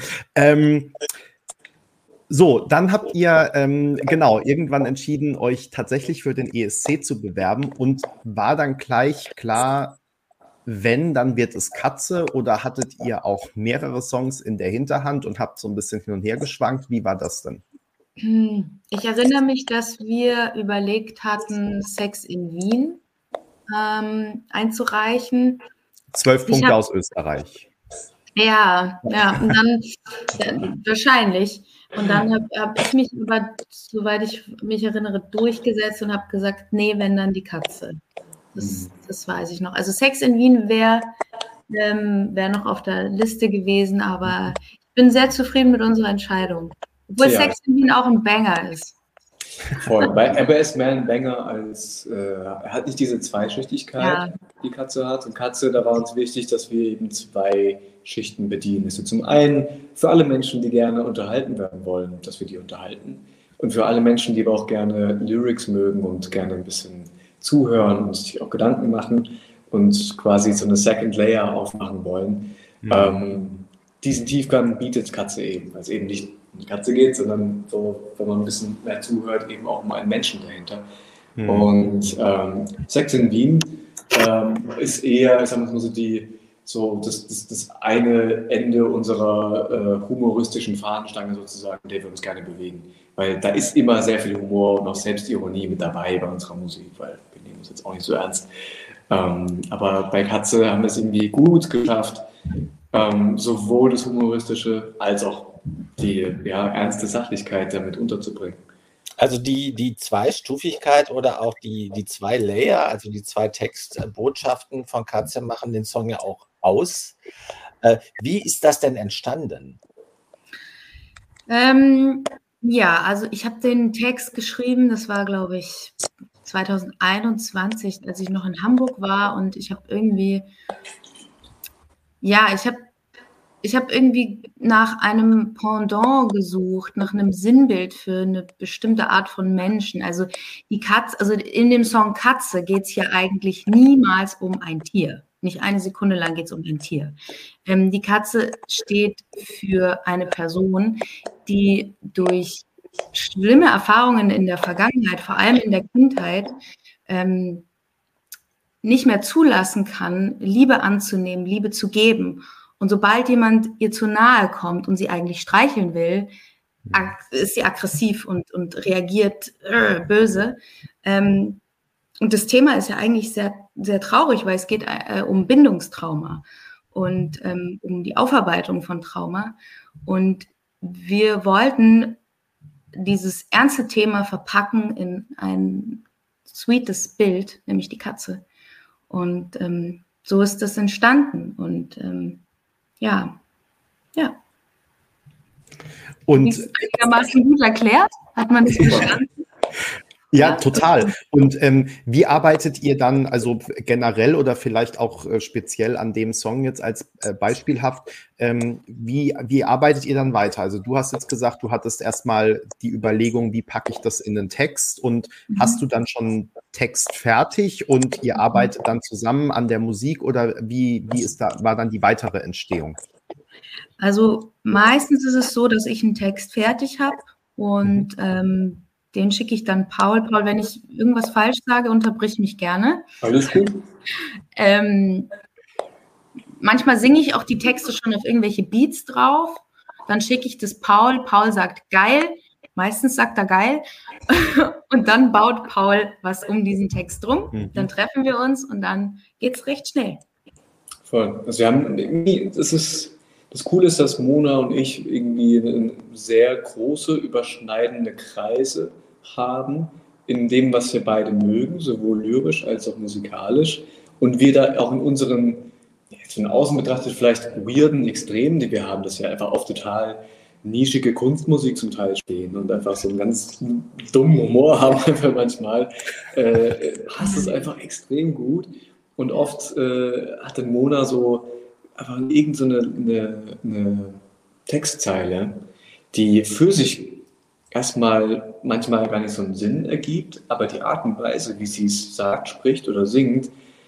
So, dann habt ihr irgendwann entschieden, euch tatsächlich für den ESC zu bewerben und war dann gleich klar, wenn, dann wird es Katze, oder hattet ihr auch mehrere Songs in der Hinterhand und habt so ein bisschen hin und her geschwankt? Wie war das denn? Ich erinnere mich, dass wir überlegt hatten, Sex in Wien einzureichen. 12 Punkte aus Österreich. Ja, und dann wahrscheinlich. Und dann habe ich mich aber, soweit ich mich erinnere, durchgesetzt und habe gesagt, nee, wenn, dann die Katze. Das weiß ich noch. Also Sex in Wien wäre noch auf der Liste gewesen, aber ich bin sehr zufrieden mit unserer Entscheidung. Obwohl Sex in Wien auch ein Banger ist. Voll. Aber er ist mehr ein Banger als, er hat nicht diese Zweischichtigkeit, die Katze hat. Und Katze, da war uns wichtig, dass wir eben 2 Schichten bedienen. Also zum einen für alle Menschen, die gerne unterhalten werden wollen, dass wir die unterhalten. Und für alle Menschen, die aber auch gerne Lyrics mögen und gerne ein bisschen zuhören und sich auch Gedanken machen und quasi so eine Second Layer aufmachen wollen. Diesen Tiefgang bietet Katze eben, weil es eben nicht um die Katze geht, sondern so, wenn man ein bisschen mehr zuhört, eben auch um einen Menschen dahinter. Und Sex in Wien ist eher, ich sag mal so, das eine Ende unserer humoristischen Fahnenstange sozusagen, in der wir uns gerne bewegen. Weil da ist immer sehr viel Humor und auch Selbstironie mit dabei bei unserer Musik, weil wir nehmen uns jetzt auch nicht so ernst. Aber bei Katze haben wir es irgendwie gut geschafft, sowohl das Humoristische als auch die ernste Sachlichkeit damit unterzubringen. Also die Zweistufigkeit oder auch die zwei Layer, also die zwei Textbotschaften von Katze machen den Song ja auch aus. Wie ist das denn entstanden? Ja, also ich habe den Text geschrieben, das war, glaube ich, 2021, als ich noch in Hamburg war, und ich habe irgendwie, ich habe irgendwie nach einem Pendant gesucht, nach einem Sinnbild für eine bestimmte Art von Menschen. Also die Katze, also in dem Song Katze geht es hier eigentlich niemals um ein Tier. Nicht eine Sekunde lang geht es um ein Tier. Die Katze steht für eine Person, die durch schlimme Erfahrungen in der Vergangenheit, vor allem in der Kindheit, nicht mehr zulassen kann, Liebe anzunehmen, Liebe zu geben. Und sobald jemand ihr zu nahe kommt und sie eigentlich streicheln will, ist sie aggressiv und reagiert böse. Und das Thema ist ja eigentlich sehr, sehr traurig, weil es geht um Bindungstrauma und um die Aufarbeitung von Trauma. Und wir wollten dieses ernste Thema verpacken in ein sweetes Bild, nämlich die Katze. Und so ist das entstanden. Und ja. Und ist einigermaßen gut erklärt? Hat man das verstanden? Ja, total. Und wie arbeitet ihr dann, also generell oder vielleicht auch speziell an dem Song jetzt als beispielhaft, wie arbeitet ihr dann weiter? Also du hast jetzt gesagt, du hattest erstmal die Überlegung, wie packe ich das in den Text, und hast du dann schon Text fertig und ihr arbeitet dann zusammen an der Musik, oder war dann die weitere Entstehung? Also meistens ist es so, dass ich einen Text fertig habe und den schicke ich dann Paul. Paul, wenn ich irgendwas falsch sage, unterbrich mich gerne. Alles gut. Manchmal singe ich auch die Texte schon auf irgendwelche Beats drauf. Dann schicke ich das Paul. Paul sagt geil. Meistens sagt er geil. Und dann baut Paul was um diesen Text drum. Dann treffen wir uns und dann geht es recht schnell. Voll. Also wir haben irgendwie, das Coole ist, dass Mona und ich irgendwie sehr große, überschneidende Kreise haben in dem, was wir beide mögen, sowohl lyrisch als auch musikalisch. Und wir da auch in unseren, jetzt von außen betrachtet, vielleicht weirden Extremen, die wir haben, dass wir einfach auf total nischige Kunstmusik zum Teil stehen und einfach so einen ganz dummen Humor haben einfach manchmal, passt es einfach extrem gut. Und oft hat dann Mona so einfach irgend so eine Textzeile, die für sich erstmal manchmal gar nicht so einen Sinn ergibt, aber die Art und Weise, wie sie es sagt, spricht oder singt,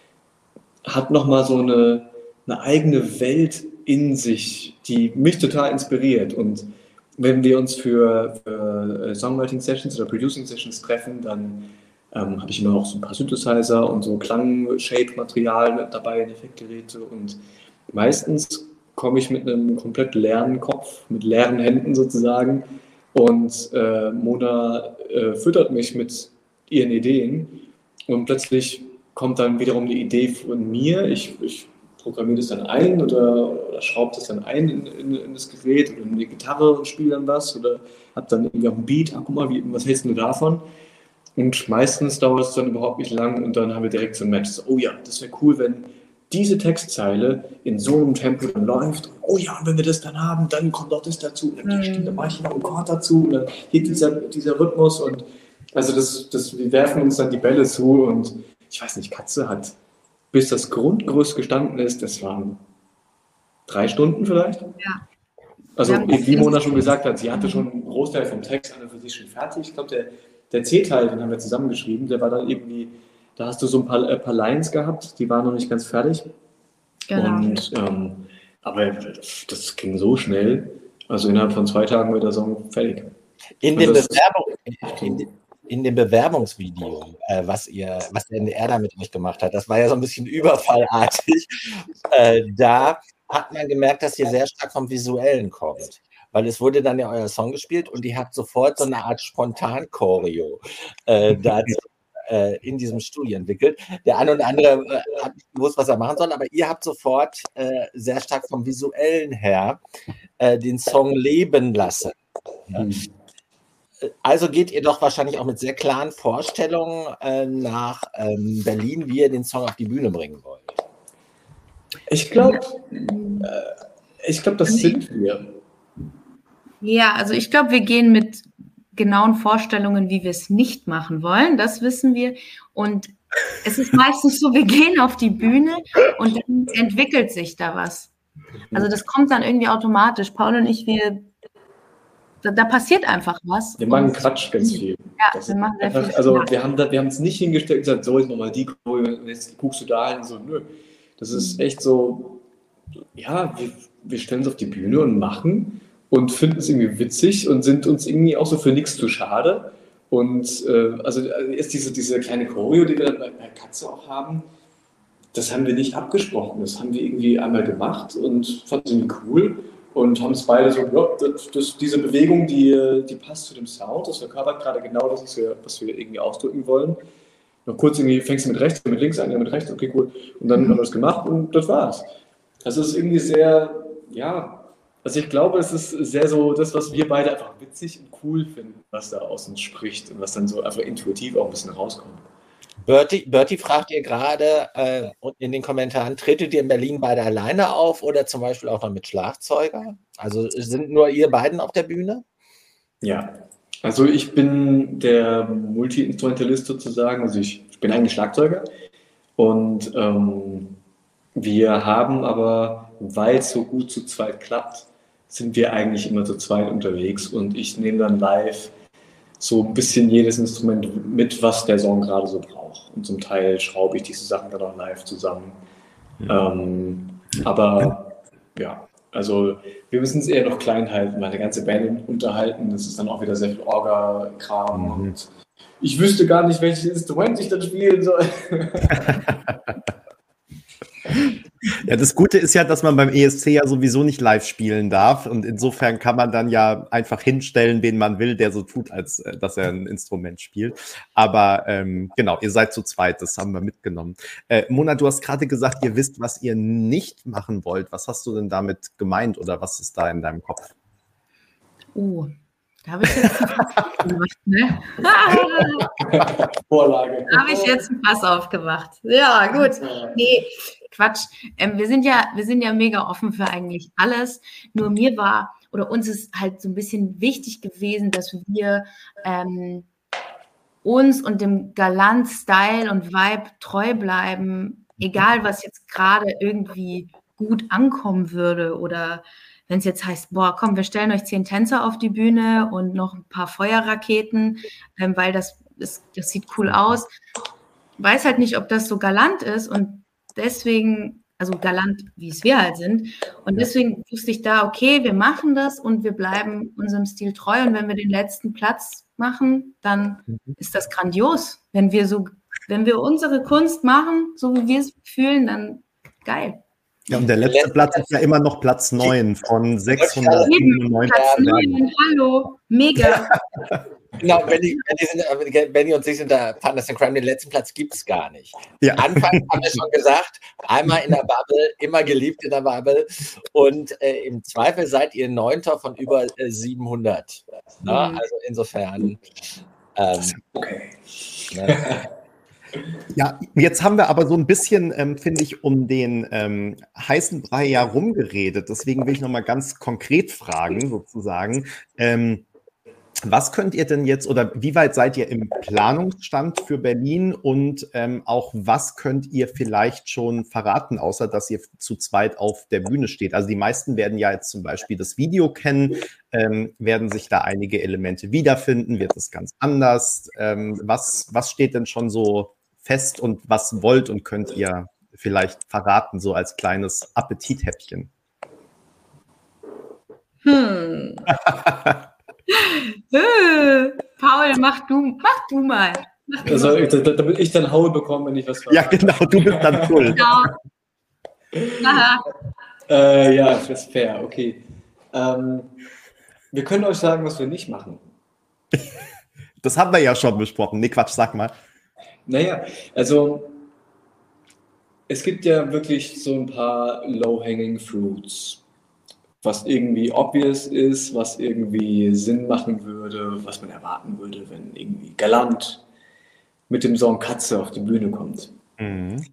hat nochmal so eine eigene Welt in sich, die mich total inspiriert. Und wenn wir uns für Songwriting-Sessions oder Producing-Sessions treffen, dann habe ich immer auch so ein paar Synthesizer und so Klang-Shape-Material mit dabei, Effektgeräte, und meistens komme ich mit einem komplett leeren Kopf, mit leeren Händen sozusagen, und Mona füttert mich mit ihren Ideen, und plötzlich kommt dann wiederum die Idee von mir. Ich programmiere das dann ein oder schraube das dann ein in das Gerät oder in die Gitarre und spiele dann was oder habe dann irgendwie auf dem Beat, guck mal, was hältst du davon? Und meistens dauert es dann überhaupt nicht lang und dann haben wir direkt so ein Match. So, oh ja, das wäre cool, wenn diese Textzeile in so einem Tempo dann läuft. Oh ja, und wenn wir das dann haben, dann kommt auch das dazu. Und dann mache ich noch einen Chord dazu. Und dann geht dieser Rhythmus. Und also wir werfen uns dann die Bälle zu. Und ich weiß nicht, Katze hat, bis das Grundgerüst gestanden ist, das waren 3 Stunden vielleicht. Ja. Also wie Mona schon gesagt hat, sie hatte schon einen Großteil vom Text an und für sich schon fertig. Ich glaube, der C-Teil, den haben wir zusammengeschrieben, der war dann irgendwie, da hast du so ein paar Lines gehabt, die waren noch nicht ganz fertig. Genau. Und, aber das ging so schnell, also innerhalb von 2 Tagen war der Song fertig. In dem Bewerbungsvideo, was der NDR da mit euch gemacht hat, das war ja so ein bisschen überfallartig, da hat man gemerkt, dass ihr sehr stark vom Visuellen kommt. Weil es wurde dann ja euer Song gespielt und ihr habt sofort so eine Art Spontan-Choreo dazu in diesem Studio entwickelt. Der eine oder andere hat nicht gewusst, was er machen soll, aber ihr habt sofort sehr stark vom Visuellen her den Song leben lassen. Ja. Also geht ihr doch wahrscheinlich auch mit sehr klaren Vorstellungen nach Berlin, wie ihr den Song auf die Bühne bringen wollt. Ich glaube, das sind wir. Ja, also ich glaube, wir gehen mit genauen Vorstellungen, wie wir es nicht machen wollen. Das wissen wir. Und es ist meistens so, wir gehen auf die Bühne und dann entwickelt sich da was. Also das kommt dann irgendwie automatisch. Paul und ich, da passiert einfach was. Wir machen Quatsch ganz viel. Ja, wir machen sehr viel. Also wir haben uns nicht hingestellt und gesagt, so, jetzt nochmal die Choreo, jetzt guckst du da hin. So, nö. Das ist echt so, ja, wir stellen uns auf die Bühne und machen und finden es irgendwie witzig und sind uns irgendwie auch so für nichts zu schade. Und also ist diese kleine Choreo, die wir dann bei Katze auch haben, das haben wir nicht abgesprochen. Das haben wir irgendwie einmal gemacht und fanden es irgendwie cool und haben es beide so, ja, diese Bewegung, die passt zu dem Sound, das verkörpert gerade genau das, was wir irgendwie ausdrücken wollen. Noch kurz irgendwie, fängst du mit rechts, mit links an, ja mit rechts, okay, cool. Und dann haben wir das gemacht und das war's. Das ist irgendwie sehr, ja, also ich glaube, es ist sehr so das, was wir beide einfach witzig und cool finden, was da aus uns spricht und was dann so einfach intuitiv auch ein bisschen rauskommt. Bertie fragt ihr gerade in den Kommentaren, tretet ihr in Berlin beide alleine auf oder zum Beispiel auch noch mit Schlagzeuger? Also sind nur ihr beiden auf der Bühne? Ja, also ich bin der Multi-Instrumentalist sozusagen, also ich bin eigentlich Schlagzeuger und wir haben aber, weil es so gut zu zweit klappt, sind wir eigentlich immer zu zweit unterwegs und ich nehme dann live so ein bisschen jedes Instrument mit, was der Song gerade so braucht. Und zum Teil schraube ich diese Sachen dann auch live zusammen. Aber ja, also wir müssen es eher noch klein halten, weil eine ganze Band unterhalten, das ist dann auch wieder sehr viel Orga-Kram und ich wüsste gar nicht, welches Instrument ich dann spielen soll. Ja, das Gute ist ja, dass man beim ESC ja sowieso nicht live spielen darf und insofern kann man dann ja einfach hinstellen, wen man will, der so tut, als dass er ein Instrument spielt. Aber genau, ihr seid zu zweit, das haben wir mitgenommen. Mona, du hast gerade gesagt, ihr wisst, was ihr nicht machen wollt. Was hast du denn damit gemeint oder was ist da in deinem Kopf? Oh, da habe ich jetzt einen Pass aufgemacht, ne? Vorlage. Da habe ich jetzt einen Pass aufgemacht. Ja, gut. Nee, Quatsch. Wir sind ja mega offen für eigentlich alles. Nur mir war, oder uns ist halt so ein bisschen wichtig gewesen, dass wir uns und dem Galant-Style und Vibe treu bleiben, egal was jetzt gerade irgendwie gut ankommen würde oder wenn es jetzt heißt, boah, komm, wir stellen euch 10 Tänzer auf die Bühne und noch ein paar Feuerraketen, weil das sieht cool aus. Weiß halt nicht, ob das so galant ist und deswegen, also galant, wie es wir halt sind. Und deswegen wusste ich da, okay, wir machen das und wir bleiben unserem Stil treu. Und wenn wir den letzten Platz machen, dann ist das grandios. Wenn wir unsere Kunst machen, so wie wir es fühlen, dann geil. Ja, und der letzte Platz ist ja immer noch Platz 9 von 697. Platz 9, hallo, mega. Genau, Benny und ich sind da Partners in Crime, den letzten Platz gibt es gar nicht. Ja. Anfangs haben wir schon gesagt, einmal in der Bubble, immer geliebt in der Bubble und im Zweifel seid ihr 9. von über 700. Na, also insofern. Okay. Ne? Ja, jetzt haben wir aber so ein bisschen, finde ich, um den heißen Brei ja rumgeredet. Deswegen will ich nochmal ganz konkret fragen, sozusagen. Was könnt ihr denn jetzt oder wie weit seid ihr im Planungsstand für Berlin und auch was könnt ihr vielleicht schon verraten, außer dass ihr zu zweit auf der Bühne steht? Also die meisten werden ja jetzt zum Beispiel das Video kennen, werden sich da einige Elemente wiederfinden, wird es ganz anders? Was steht denn schon so fest und was wollt und könnt ihr vielleicht verraten, so als kleines Appetithäppchen? Paul, mach du mal. Also, damit ich dann Haue bekomme, wenn ich was Ja, genau, du bist dann cool. Ja, das ist fair, okay. Wir können euch sagen, was wir nicht machen. Das haben wir ja schon besprochen. Nee, Quatsch, sag mal. Naja, also es gibt ja wirklich so ein paar low-hanging fruits. was irgendwie obvious ist, was irgendwie Sinn machen würde, was man erwarten würde, wenn irgendwie Galant mit dem Song Katze auf die Bühne kommt. Mhm.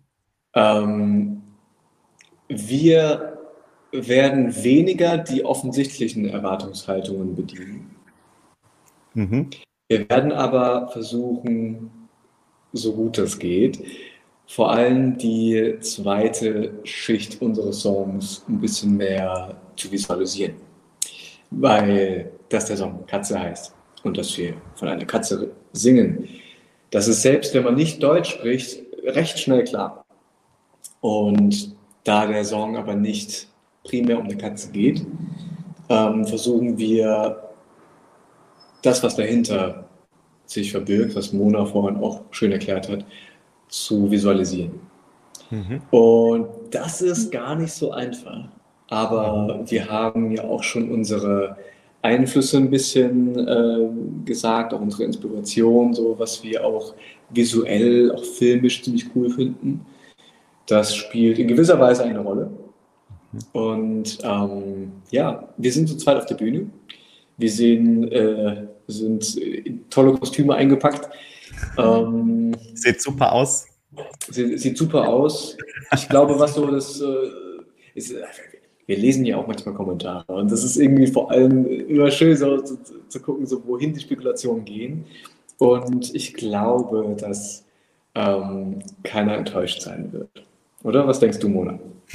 Wir werden weniger die offensichtlichen Erwartungshaltungen bedienen. Mhm. Wir werden aber versuchen, so gut es geht, vor allem die zweite Schicht unseres Songs ein bisschen mehr zu visualisieren. Weil das der Song Katze heißt und dass wir von einer Katze singen. Das ist selbst, wenn man nicht Deutsch spricht, recht schnell klar. Und da der Song aber nicht primär um eine Katze geht, versuchen wir das, was dahinter sich verbirgt, was Mona vorhin auch schön erklärt hat, zu visualisieren. Mhm. Und das ist gar nicht so einfach. Aber wir haben ja auch schon unsere Einflüsse ein bisschen gesagt, auch unsere Inspiration, so was wir auch visuell, auch filmisch ziemlich cool finden. Das spielt in gewisser Weise eine Rolle. Und ja, wir sind zu zweit auf der Bühne. Wir sind in tolle Kostüme eingepackt. Sieht super aus. Sieht super aus. Ich glaube, was so das ist, wir lesen ja auch manchmal Kommentare und das ist irgendwie vor allem immer schön so zu gucken, so wohin die Spekulationen gehen. Und ich glaube, dass keiner enttäuscht sein wird. Oder? Was denkst du, Mona?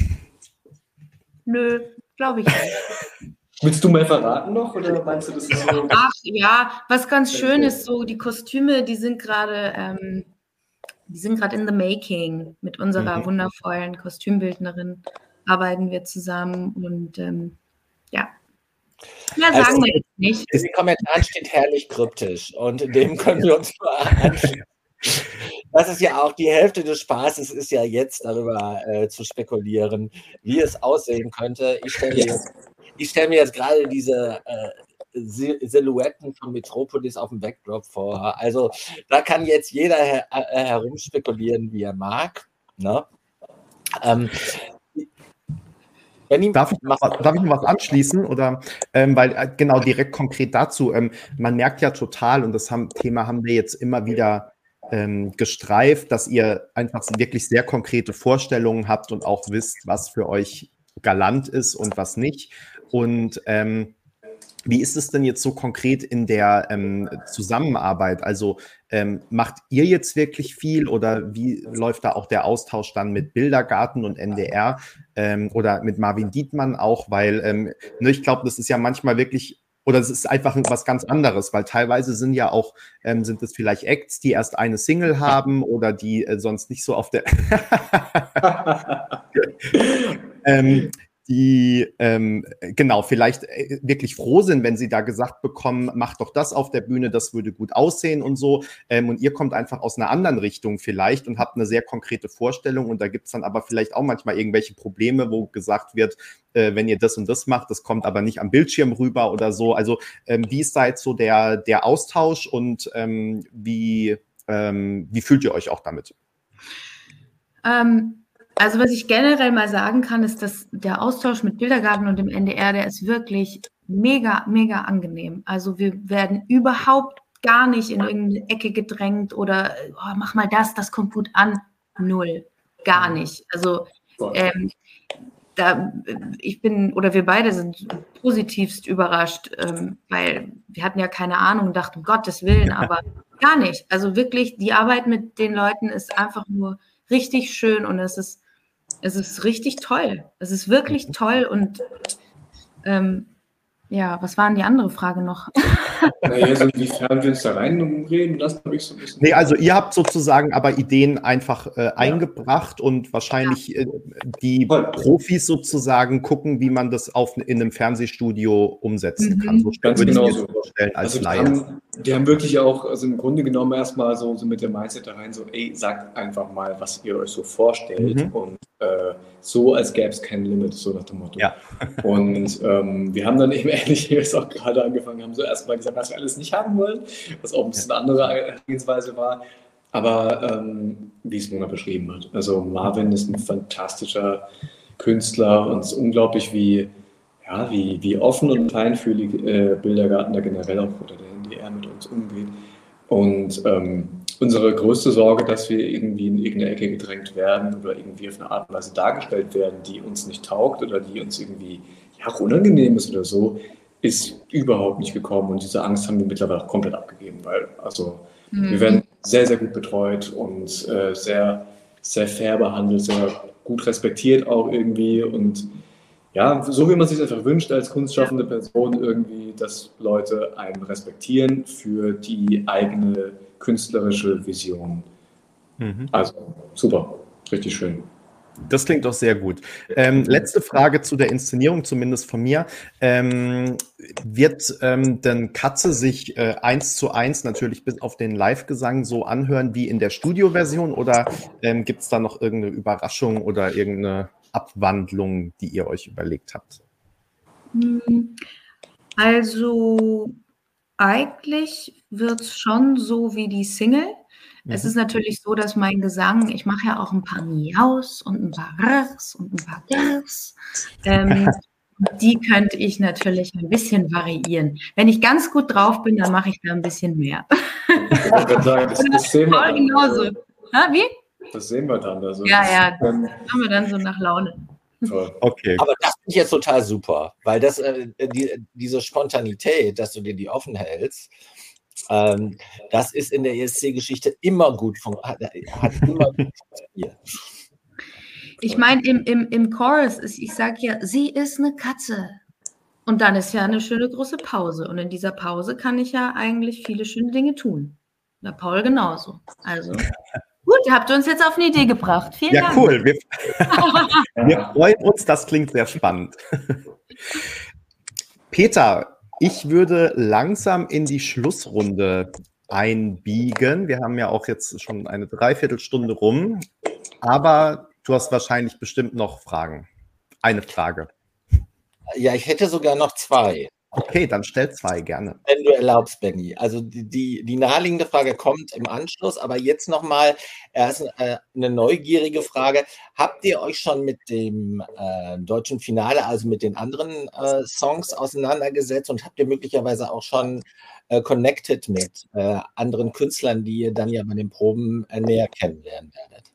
Nö, glaube ich nicht. Willst du mehr verraten noch oder meinst du, das ist so? Ach ja, was ganz schön ist, so die Kostüme, die sind gerade in the making. Mit unserer wundervollen Kostümbildnerin arbeiten wir zusammen und ja. Mehr sagen wir jetzt nicht. In den Kommentaren steht herrlich kryptisch und dem können wir uns mal anschließen. Das ist ja auch die Hälfte des Spaßes, ist ja jetzt darüber zu spekulieren, wie es aussehen könnte. Ich stelle mir jetzt gerade diese Silhouetten von Metropolis auf dem Backdrop vor. Also da kann jetzt jeder herumspekulieren, wie er mag. Ne? Darf ich noch was anschließen? Oder, weil genau direkt konkret dazu, man merkt ja total, und das Thema haben wir jetzt immer wieder gestreift, dass ihr einfach wirklich sehr konkrete Vorstellungen habt und auch wisst, was für euch galant ist und was nicht. Und wie ist es denn jetzt so konkret in der Zusammenarbeit? Also macht ihr jetzt wirklich viel oder wie läuft da auch der Austausch dann mit Bildergarten und NDR oder mit Marvin Dietmann auch? Weil ich glaube, das ist ja manchmal wirklich, oder es ist einfach was ganz anderes, weil teilweise sind ja auch, sind es vielleicht Acts, die erst eine Single haben oder die sonst nicht so auf der die genau vielleicht wirklich froh sind, wenn sie da gesagt bekommen, macht doch das auf der Bühne, das würde gut aussehen und so. Und ihr kommt einfach aus einer anderen Richtung vielleicht und habt eine sehr konkrete Vorstellung und da gibt es dann aber vielleicht auch manchmal irgendwelche Probleme, wo gesagt wird, wenn ihr das und das macht, das kommt aber nicht am Bildschirm rüber oder so. Also wie ist da jetzt so der Austausch und wie fühlt ihr euch auch damit? Also was ich generell mal sagen kann, ist, dass der Austausch mit Bildergarten und dem NDR, der ist wirklich mega, mega angenehm. Also wir werden überhaupt gar nicht in irgendeine Ecke gedrängt oder mach mal das kommt gut an. Null. Gar nicht. Also wir beide sind positivst überrascht, weil wir hatten ja keine Ahnung, dachten, um Gottes Willen, aber gar nicht. Also wirklich, die Arbeit mit den Leuten ist einfach nur richtig schön und es ist richtig toll. Es ist wirklich toll und ja, was war denn die andere Frage noch? Naja, so inwiefern wir uns da reinreden, das habe ich so ein bisschen. Nee, also ihr habt sozusagen aber Ideen einfach eingebracht und wahrscheinlich die Profis sozusagen gucken, wie man das in einem Fernsehstudio umsetzen kann. So Ganz würde genau ich mir so vorstellen als also Laie. die haben wirklich auch, also im Grunde genommen erstmal so mit dem Mindset da rein, so ey, sagt einfach mal, was ihr euch so vorstellt und so, als gäbe es kein Limit, so nach dem Motto. Ja. Und wir haben dann eben ähnlich, wie wir es auch gerade angefangen haben, so erstmal gesagt, was wir alles nicht haben wollen, was auch ein bisschen eine andere Herangehensweise war. Aber wie es Mona beschrieben hat. Also Marvin ist ein fantastischer Künstler und es ist unglaublich, wie ja, wie offen und feinfühlig Bildergarten da generell auch oder der NDR mit uns umgeht. Und unsere größte Sorge, dass wir irgendwie in irgendeine Ecke gedrängt werden oder irgendwie auf eine Art und Weise dargestellt werden, die uns nicht taugt oder die uns irgendwie ja, auch unangenehm ist oder so, ist überhaupt nicht gekommen. Und diese Angst haben wir mittlerweile auch komplett abgegeben, weil also wir werden sehr, sehr gut betreut und sehr, sehr fair behandelt, sehr gut respektiert auch irgendwie und ja, so wie man sich einfach wünscht als kunstschaffende Person irgendwie, dass Leute einen respektieren für die eigene künstlerische Vision. Also super, richtig schön. Das klingt doch sehr gut. Letzte Frage zu der Inszenierung, zumindest von mir. Wird denn Katze sich 1:1 natürlich bis auf den Live-Gesang so anhören wie in der Studioversion oder gibt es da noch irgendeine Überraschung oder irgendeine Abwandlung, die ihr euch überlegt habt? Also eigentlich wird es schon so wie die Single. Es ist natürlich so, dass mein Gesang, ich mache ja auch ein paar Miaus und ein paar Rrs und ein paar Grs. Die könnte ich natürlich ein bisschen variieren. Wenn ich ganz gut drauf bin, dann mache ich da ein bisschen mehr. Das sehen wir dann. Genauso. Ha, wie? Das sehen wir dann. Also Ja, das machen wir dann so nach Laune. Okay. Aber das finde ich jetzt total super, weil das diese Spontanität, dass du dir die offen hältst, das ist in der ESC-Geschichte immer gut hat immer gut funktioniert. Ich meine, im Chorus ich sage ja, sie ist eine Katze. Und dann ist ja eine schöne große Pause. Und in dieser Pause kann ich ja eigentlich viele schöne Dinge tun. Na, Paul genauso. Also gut, habt ihr uns jetzt auf eine Idee gebracht. Vielen Dank. Ja, cool. Wir freuen uns, das klingt sehr spannend. Peter, ich würde langsam in die Schlussrunde einbiegen. Wir haben ja auch jetzt schon eine Dreiviertelstunde rum, aber du hast wahrscheinlich bestimmt noch Fragen. Eine Frage. Ja, ich hätte sogar noch zwei. Okay, dann stell zwei gerne. Wenn du erlaubst, Benny. Also die naheliegende Frage kommt im Anschluss, aber jetzt nochmal erst eine neugierige Frage. Habt ihr euch schon mit dem deutschen Finale, also mit den anderen Songs auseinandergesetzt und habt ihr möglicherweise auch schon connected mit anderen Künstlern, die ihr dann ja bei den Proben näher kennenlernen werdet?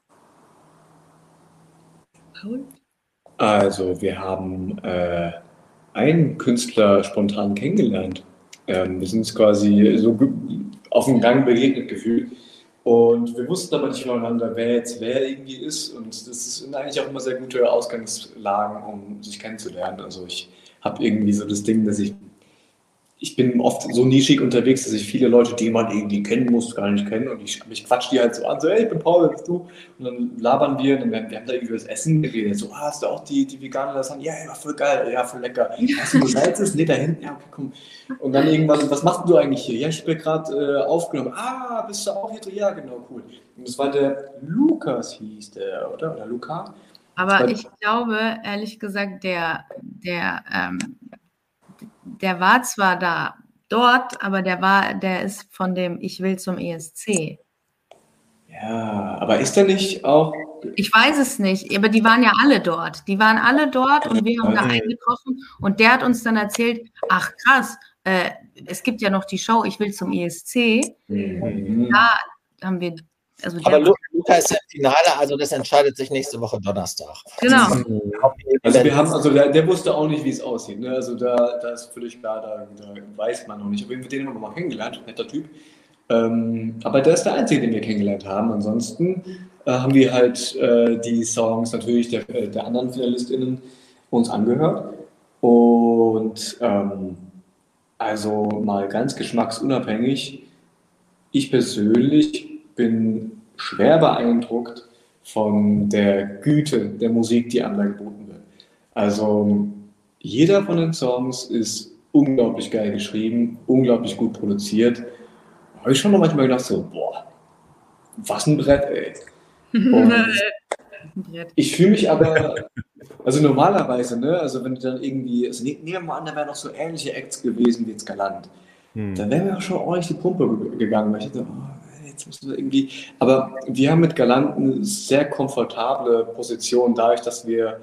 Also wir haben einen Künstler spontan kennengelernt. Wir sind quasi so auf dem Gang begegnet gefühlt. Und wir wussten aber nicht voneinander, wer jetzt wer irgendwie ist. Und das sind eigentlich auch immer sehr gute Ausgangslagen, um sich kennenzulernen. Also ich habe irgendwie so das Ding, dass ich bin oft so nischig unterwegs, dass ich viele Leute, die man irgendwie kennen muss, gar nicht kennen. Und ich quatsch die halt so an, so, hey, ich bin Paul, wer bist du? Und dann labern wir und wir haben da irgendwie über das Essen geredet. So, hast du auch die vegane Lasagne? Ja, voll geil, ja, voll lecker. Hast du Salzes? Nee, da hinten, ja, okay, komm. Und dann irgendwann, was machst du eigentlich hier? Ja, ich bin gerade aufgenommen. Ah, bist du auch hier drin? Ja, genau, cool. Und das war der Lukas, hieß der, oder Luca? Aber ich glaube, ehrlich gesagt, der war zwar dort, aber der ist von dem Ich will zum ESC. Ja, aber ist der nicht auch... Ich weiß es nicht, aber die waren ja alle dort. Die waren alle dort und wir haben da einen getroffen und der hat uns dann erzählt, ach krass, es gibt ja noch die Show Ich will zum ESC. Da haben wir... Also aber Luca ist ja im Finale, also das entscheidet sich nächste Woche Donnerstag. Genau. Also wir haben, also der wusste auch nicht, wie es aussieht. Ne? Also da ist völlig klar, da weiß man noch nicht. Aber mit dem haben wir mal kennengelernt, netter Typ. Aber der ist der Einzige, den wir kennengelernt haben. Ansonsten haben wir halt die Songs natürlich der anderen FinalistInnen uns angehört. Und also mal ganz geschmacksunabhängig, ich persönlich bin schwer beeindruckt von der Güte der Musik, die einem da geboten wird. Also jeder von den Songs ist unglaublich geil geschrieben, unglaublich gut produziert. Da habe ich schon mal manchmal gedacht so, boah, was ein Brett, ey. Und ich fühle mich aber, also normalerweise, ne, also wenn du dann irgendwie, also nehmen wir mal an, da wären noch so ähnliche Acts gewesen wie jetzt Galant. Dann wäre mir auch schon ordentlich die Pumpe gegangen, weil ich dachte, jetzt müssen wir irgendwie, aber wir haben mit Galant eine sehr komfortable Position, dadurch, dass wir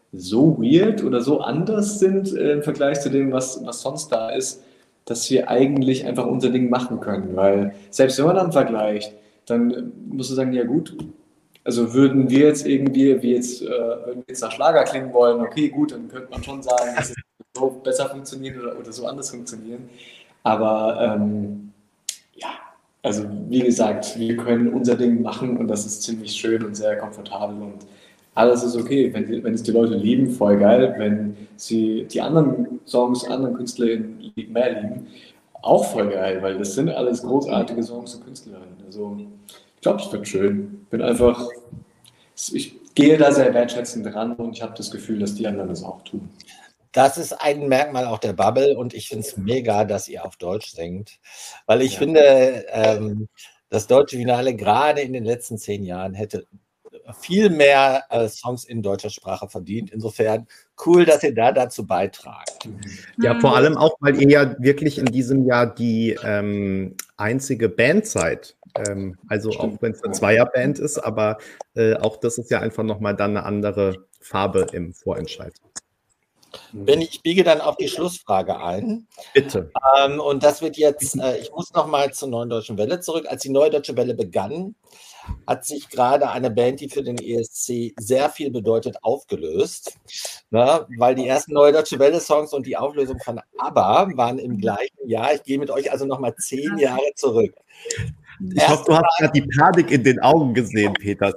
so weird oder so anders sind im Vergleich zu dem, was sonst da ist, dass wir eigentlich einfach unser Ding machen können. Weil selbst wenn man dann vergleicht, dann musst du sagen, ja gut, also würden wir jetzt irgendwie, würden wir jetzt nach Schlager klingen wollen, okay, gut, dann könnte man schon sagen, dass es so besser funktionieren oder so anders funktionieren. Aber ja, also wie gesagt, wir können unser Ding machen und das ist ziemlich schön und sehr komfortabel und alles ist okay. Wenn es die Leute lieben, voll geil. Wenn sie die anderen Songs, anderen KünstlerInnen mehr lieben, auch voll geil, weil das sind alles großartige Songs und Künstlerinnen. Also ich glaube, es wird schön. Ich gehe da sehr wertschätzend dran und ich habe das Gefühl, dass die anderen das auch tun. Das ist ein Merkmal auch der Bubble und ich finde es mega, dass ihr auf Deutsch singt, weil ich finde, das deutsche Finale gerade in den letzten 10 Jahren hätte viel mehr Songs in deutscher Sprache verdient. Insofern cool, dass ihr da dazu beitragt. Ja, vor allem auch, weil ihr ja wirklich in diesem Jahr die einzige Band seid. Also auch wenn es eine Zweierband ist, aber auch das ist ja einfach nochmal dann eine andere Farbe im Vorentscheid. Benni, ich biege dann auf die Schlussfrage ein. Bitte. Und das wird jetzt, ich muss nochmal zur Neuen Deutschen Welle zurück. Als die Neue Deutsche Welle begann, hat sich gerade eine Band, die für den ESC sehr viel bedeutet, aufgelöst. Ne? Weil die ersten Neue Deutsche Welle-Songs und die Auflösung von ABBA waren im gleichen Jahr. Ich gehe mit euch also nochmal 10 Jahre zurück. Ich hoffe, du hast gerade die Panik in den Augen gesehen, Peter.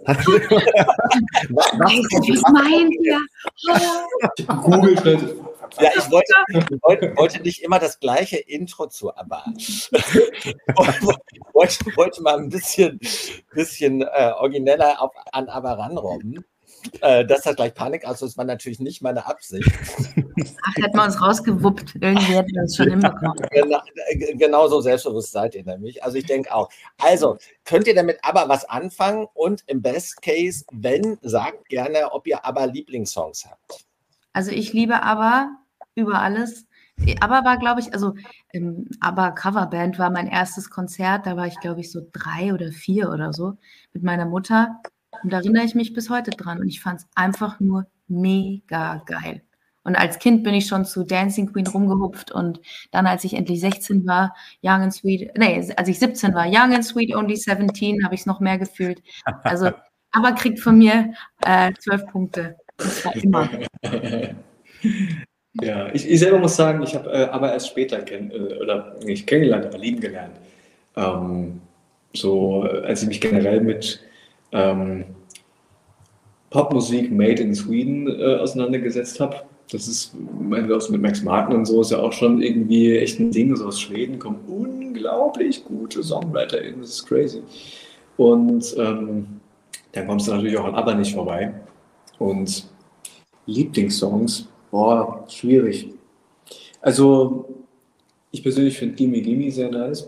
Was meint ihr? Google. Ja, ich wollte nicht immer das gleiche Intro zu ABBA. wollte mal ein bisschen origineller an ABBA ranrobben. Dass das gleich Panik auslöst, war natürlich nicht meine Absicht. Ach, hätten wir uns rausgewuppt. Irgendwie hätten wir das schon hinbekommen. Genau so selbstbewusst seid ihr nämlich. Also ich denke auch. Also, könnt ihr damit ABBA was anfangen? Und im Best Case, wenn, sagt gerne, ob ihr ABBA Lieblingssongs habt. Also ich liebe ABBA über alles. ABBA war, glaube ich, also ABBA Coverband war mein erstes Konzert. Da war ich, glaube ich, so 3 oder 4 oder so mit meiner Mutter. Und da erinnere ich mich bis heute dran. Und ich fand es einfach nur mega geil. Und als Kind bin ich schon zu Dancing Queen rumgehupft. Und dann, als ich endlich 16 war, Young and Sweet, als ich 17 war, Young and Sweet, Only 17, habe ich es noch mehr gefühlt. Also, ABBA kriegt von mir 12 Punkte. Und zwar immer. Ja, ich selber muss sagen, ich habe aber erst später nicht kennengelernt, aber lieben gelernt. So, als ich mich generell mit Popmusik made in Sweden auseinandergesetzt habe. Das ist, mit Max Martin und so ist ja auch schon irgendwie echt ein Ding. So aus Schweden kommen unglaublich gute SongwriterInnen, das ist crazy. Und dann kommst du natürlich auch an ABBA nicht vorbei. Und Lieblingssongs, boah, schwierig. Also, ich persönlich finde Gimme Gimme sehr nice.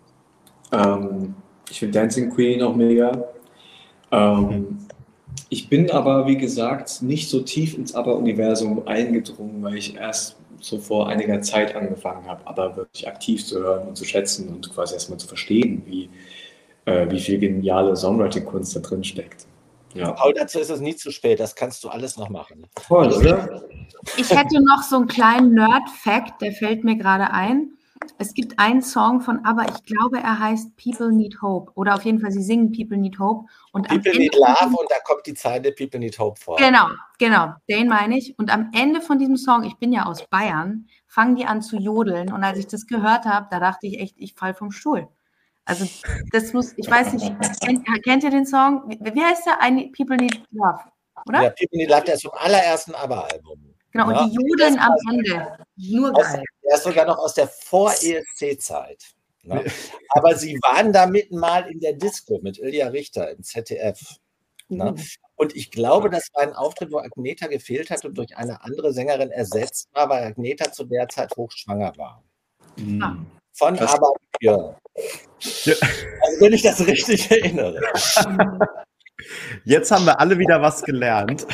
Ich finde Dancing Queen auch mega. Ich bin aber, wie gesagt, nicht so tief ins ABBA-Universum eingedrungen, weil ich erst so vor einiger Zeit angefangen habe, ABBA wirklich aktiv zu hören und zu schätzen und quasi erstmal zu verstehen, wie viel geniale Songwriting-Kunst da drin steckt. Ja. Paul, dazu ist es nie zu spät, das kannst du alles noch machen. Voll, oder? Ich hätte noch so einen kleinen Nerd-Fact, der fällt mir gerade ein. Es gibt einen Song von ABBA, ich glaube, er heißt People Need Hope. Oder auf jeden Fall, sie singen People Need Hope. Und People Need Love und da kommt die Zeile People Need Hope vor. Genau, den meine ich. Und am Ende von diesem Song, ich bin ja aus Bayern, fangen die an zu jodeln. Und als ich das gehört habe, da dachte ich echt, ich falle vom Stuhl. Also das muss, ich weiß nicht, kennt ihr den Song? Wie heißt der? People Need Love, oder? Ja, People Need Love, der ist vom allerersten ABBA-Album. Genau, und die jodeln am Ende. Nur geil. Der ist sogar noch aus der Vor-ESC-Zeit. Ne? Aber sie waren damit mal in der Disco mit Ilja Richter im ZDF. Ne? Und ich glaube, das war ein Auftritt, wo Agneta gefehlt hat und durch eine andere Sängerin ersetzt war, weil Agneta zu der Zeit hochschwanger war. Von ABBA. Ja. Also wenn ich das richtig erinnere. Jetzt haben wir alle wieder was gelernt.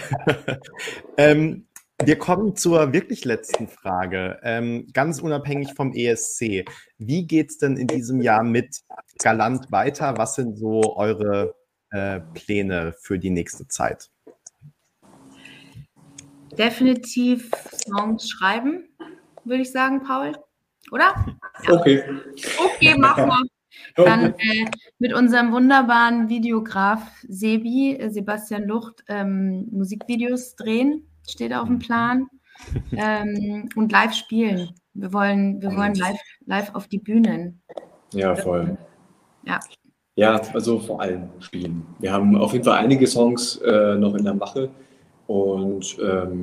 Wir kommen zur wirklich letzten Frage. Ganz unabhängig vom ESC. Wie geht es denn in diesem Jahr mit Galant weiter? Was sind so eure Pläne für die nächste Zeit? definitiv Songs schreiben, würde ich sagen, Paul. Oder? Ja. Okay. Okay, machen wir. Dann mit unserem wunderbaren Videograf Sebastian Lucht, Musikvideos drehen, steht auf dem Plan. Und live spielen. Wir wollen live auf die Bühnen. Ja, voll. Ja. Ja, also vor allem spielen. Wir haben auf jeden Fall einige Songs noch in der Mache und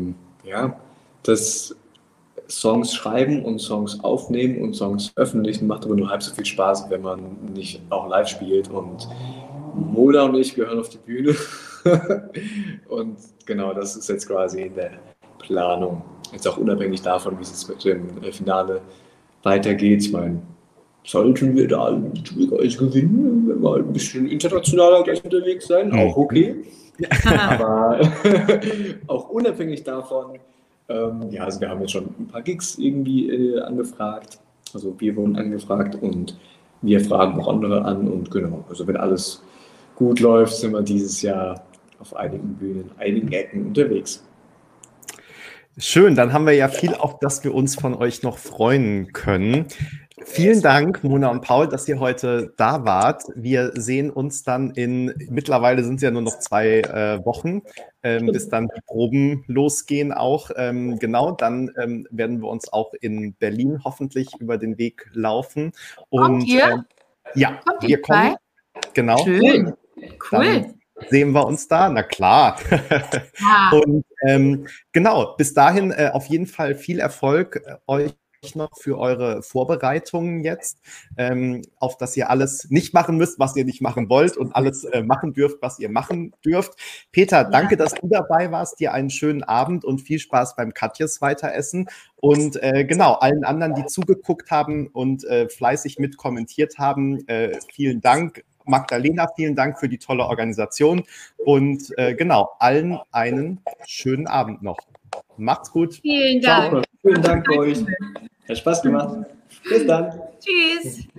das Songs schreiben und Songs aufnehmen und Songs veröffentlichen macht aber nur halb so viel Spaß, wenn man nicht auch live spielt. Und Mona und ich gehören auf die Bühne. Und genau, das ist jetzt quasi in der Planung. Jetzt auch unabhängig davon, wie es jetzt mit dem Finale weitergeht. Ich meine, sollten wir da alles gewinnen, wenn wir ein bisschen internationaler gleich unterwegs sein, auch okay. Aber auch unabhängig davon, also wir haben jetzt schon ein paar Gigs irgendwie angefragt. Also wir wurden angefragt und wir fragen auch andere an. Und genau, also wenn alles gut läuft, sind wir dieses Jahr auf einigen Bühnen, einigen Ecken unterwegs. Schön, dann haben wir ja viel, auf das wir uns von euch noch freuen können. Vielen Dank, Mona und Paul, dass ihr heute da wart. Wir sehen uns dann mittlerweile sind es ja nur noch 2 Wochen, bis dann die Proben losgehen auch. Genau, dann werden wir uns auch in Berlin hoffentlich über den Weg laufen. Kommt ihr? Ja, wir kommen. Genau. Schön, cool. Dann sehen wir uns da? Na klar. Ja. Und genau, bis dahin auf jeden Fall viel Erfolg euch noch für eure Vorbereitungen jetzt, auf dass ihr alles nicht machen müsst, was ihr nicht machen wollt und alles machen dürft, was ihr machen dürft. Peter, danke, dass du dabei warst. Dir einen schönen Abend und viel Spaß beim Katjes Weiteressen. Und genau, allen anderen, die zugeguckt haben und fleißig mitkommentiert haben, vielen Dank. Magdalena, vielen Dank für die tolle Organisation und genau, allen einen schönen Abend noch. Macht's gut. Vielen Dank. Ciao. Vielen Dank für euch. Hat Spaß gemacht. Bis dann. Tschüss.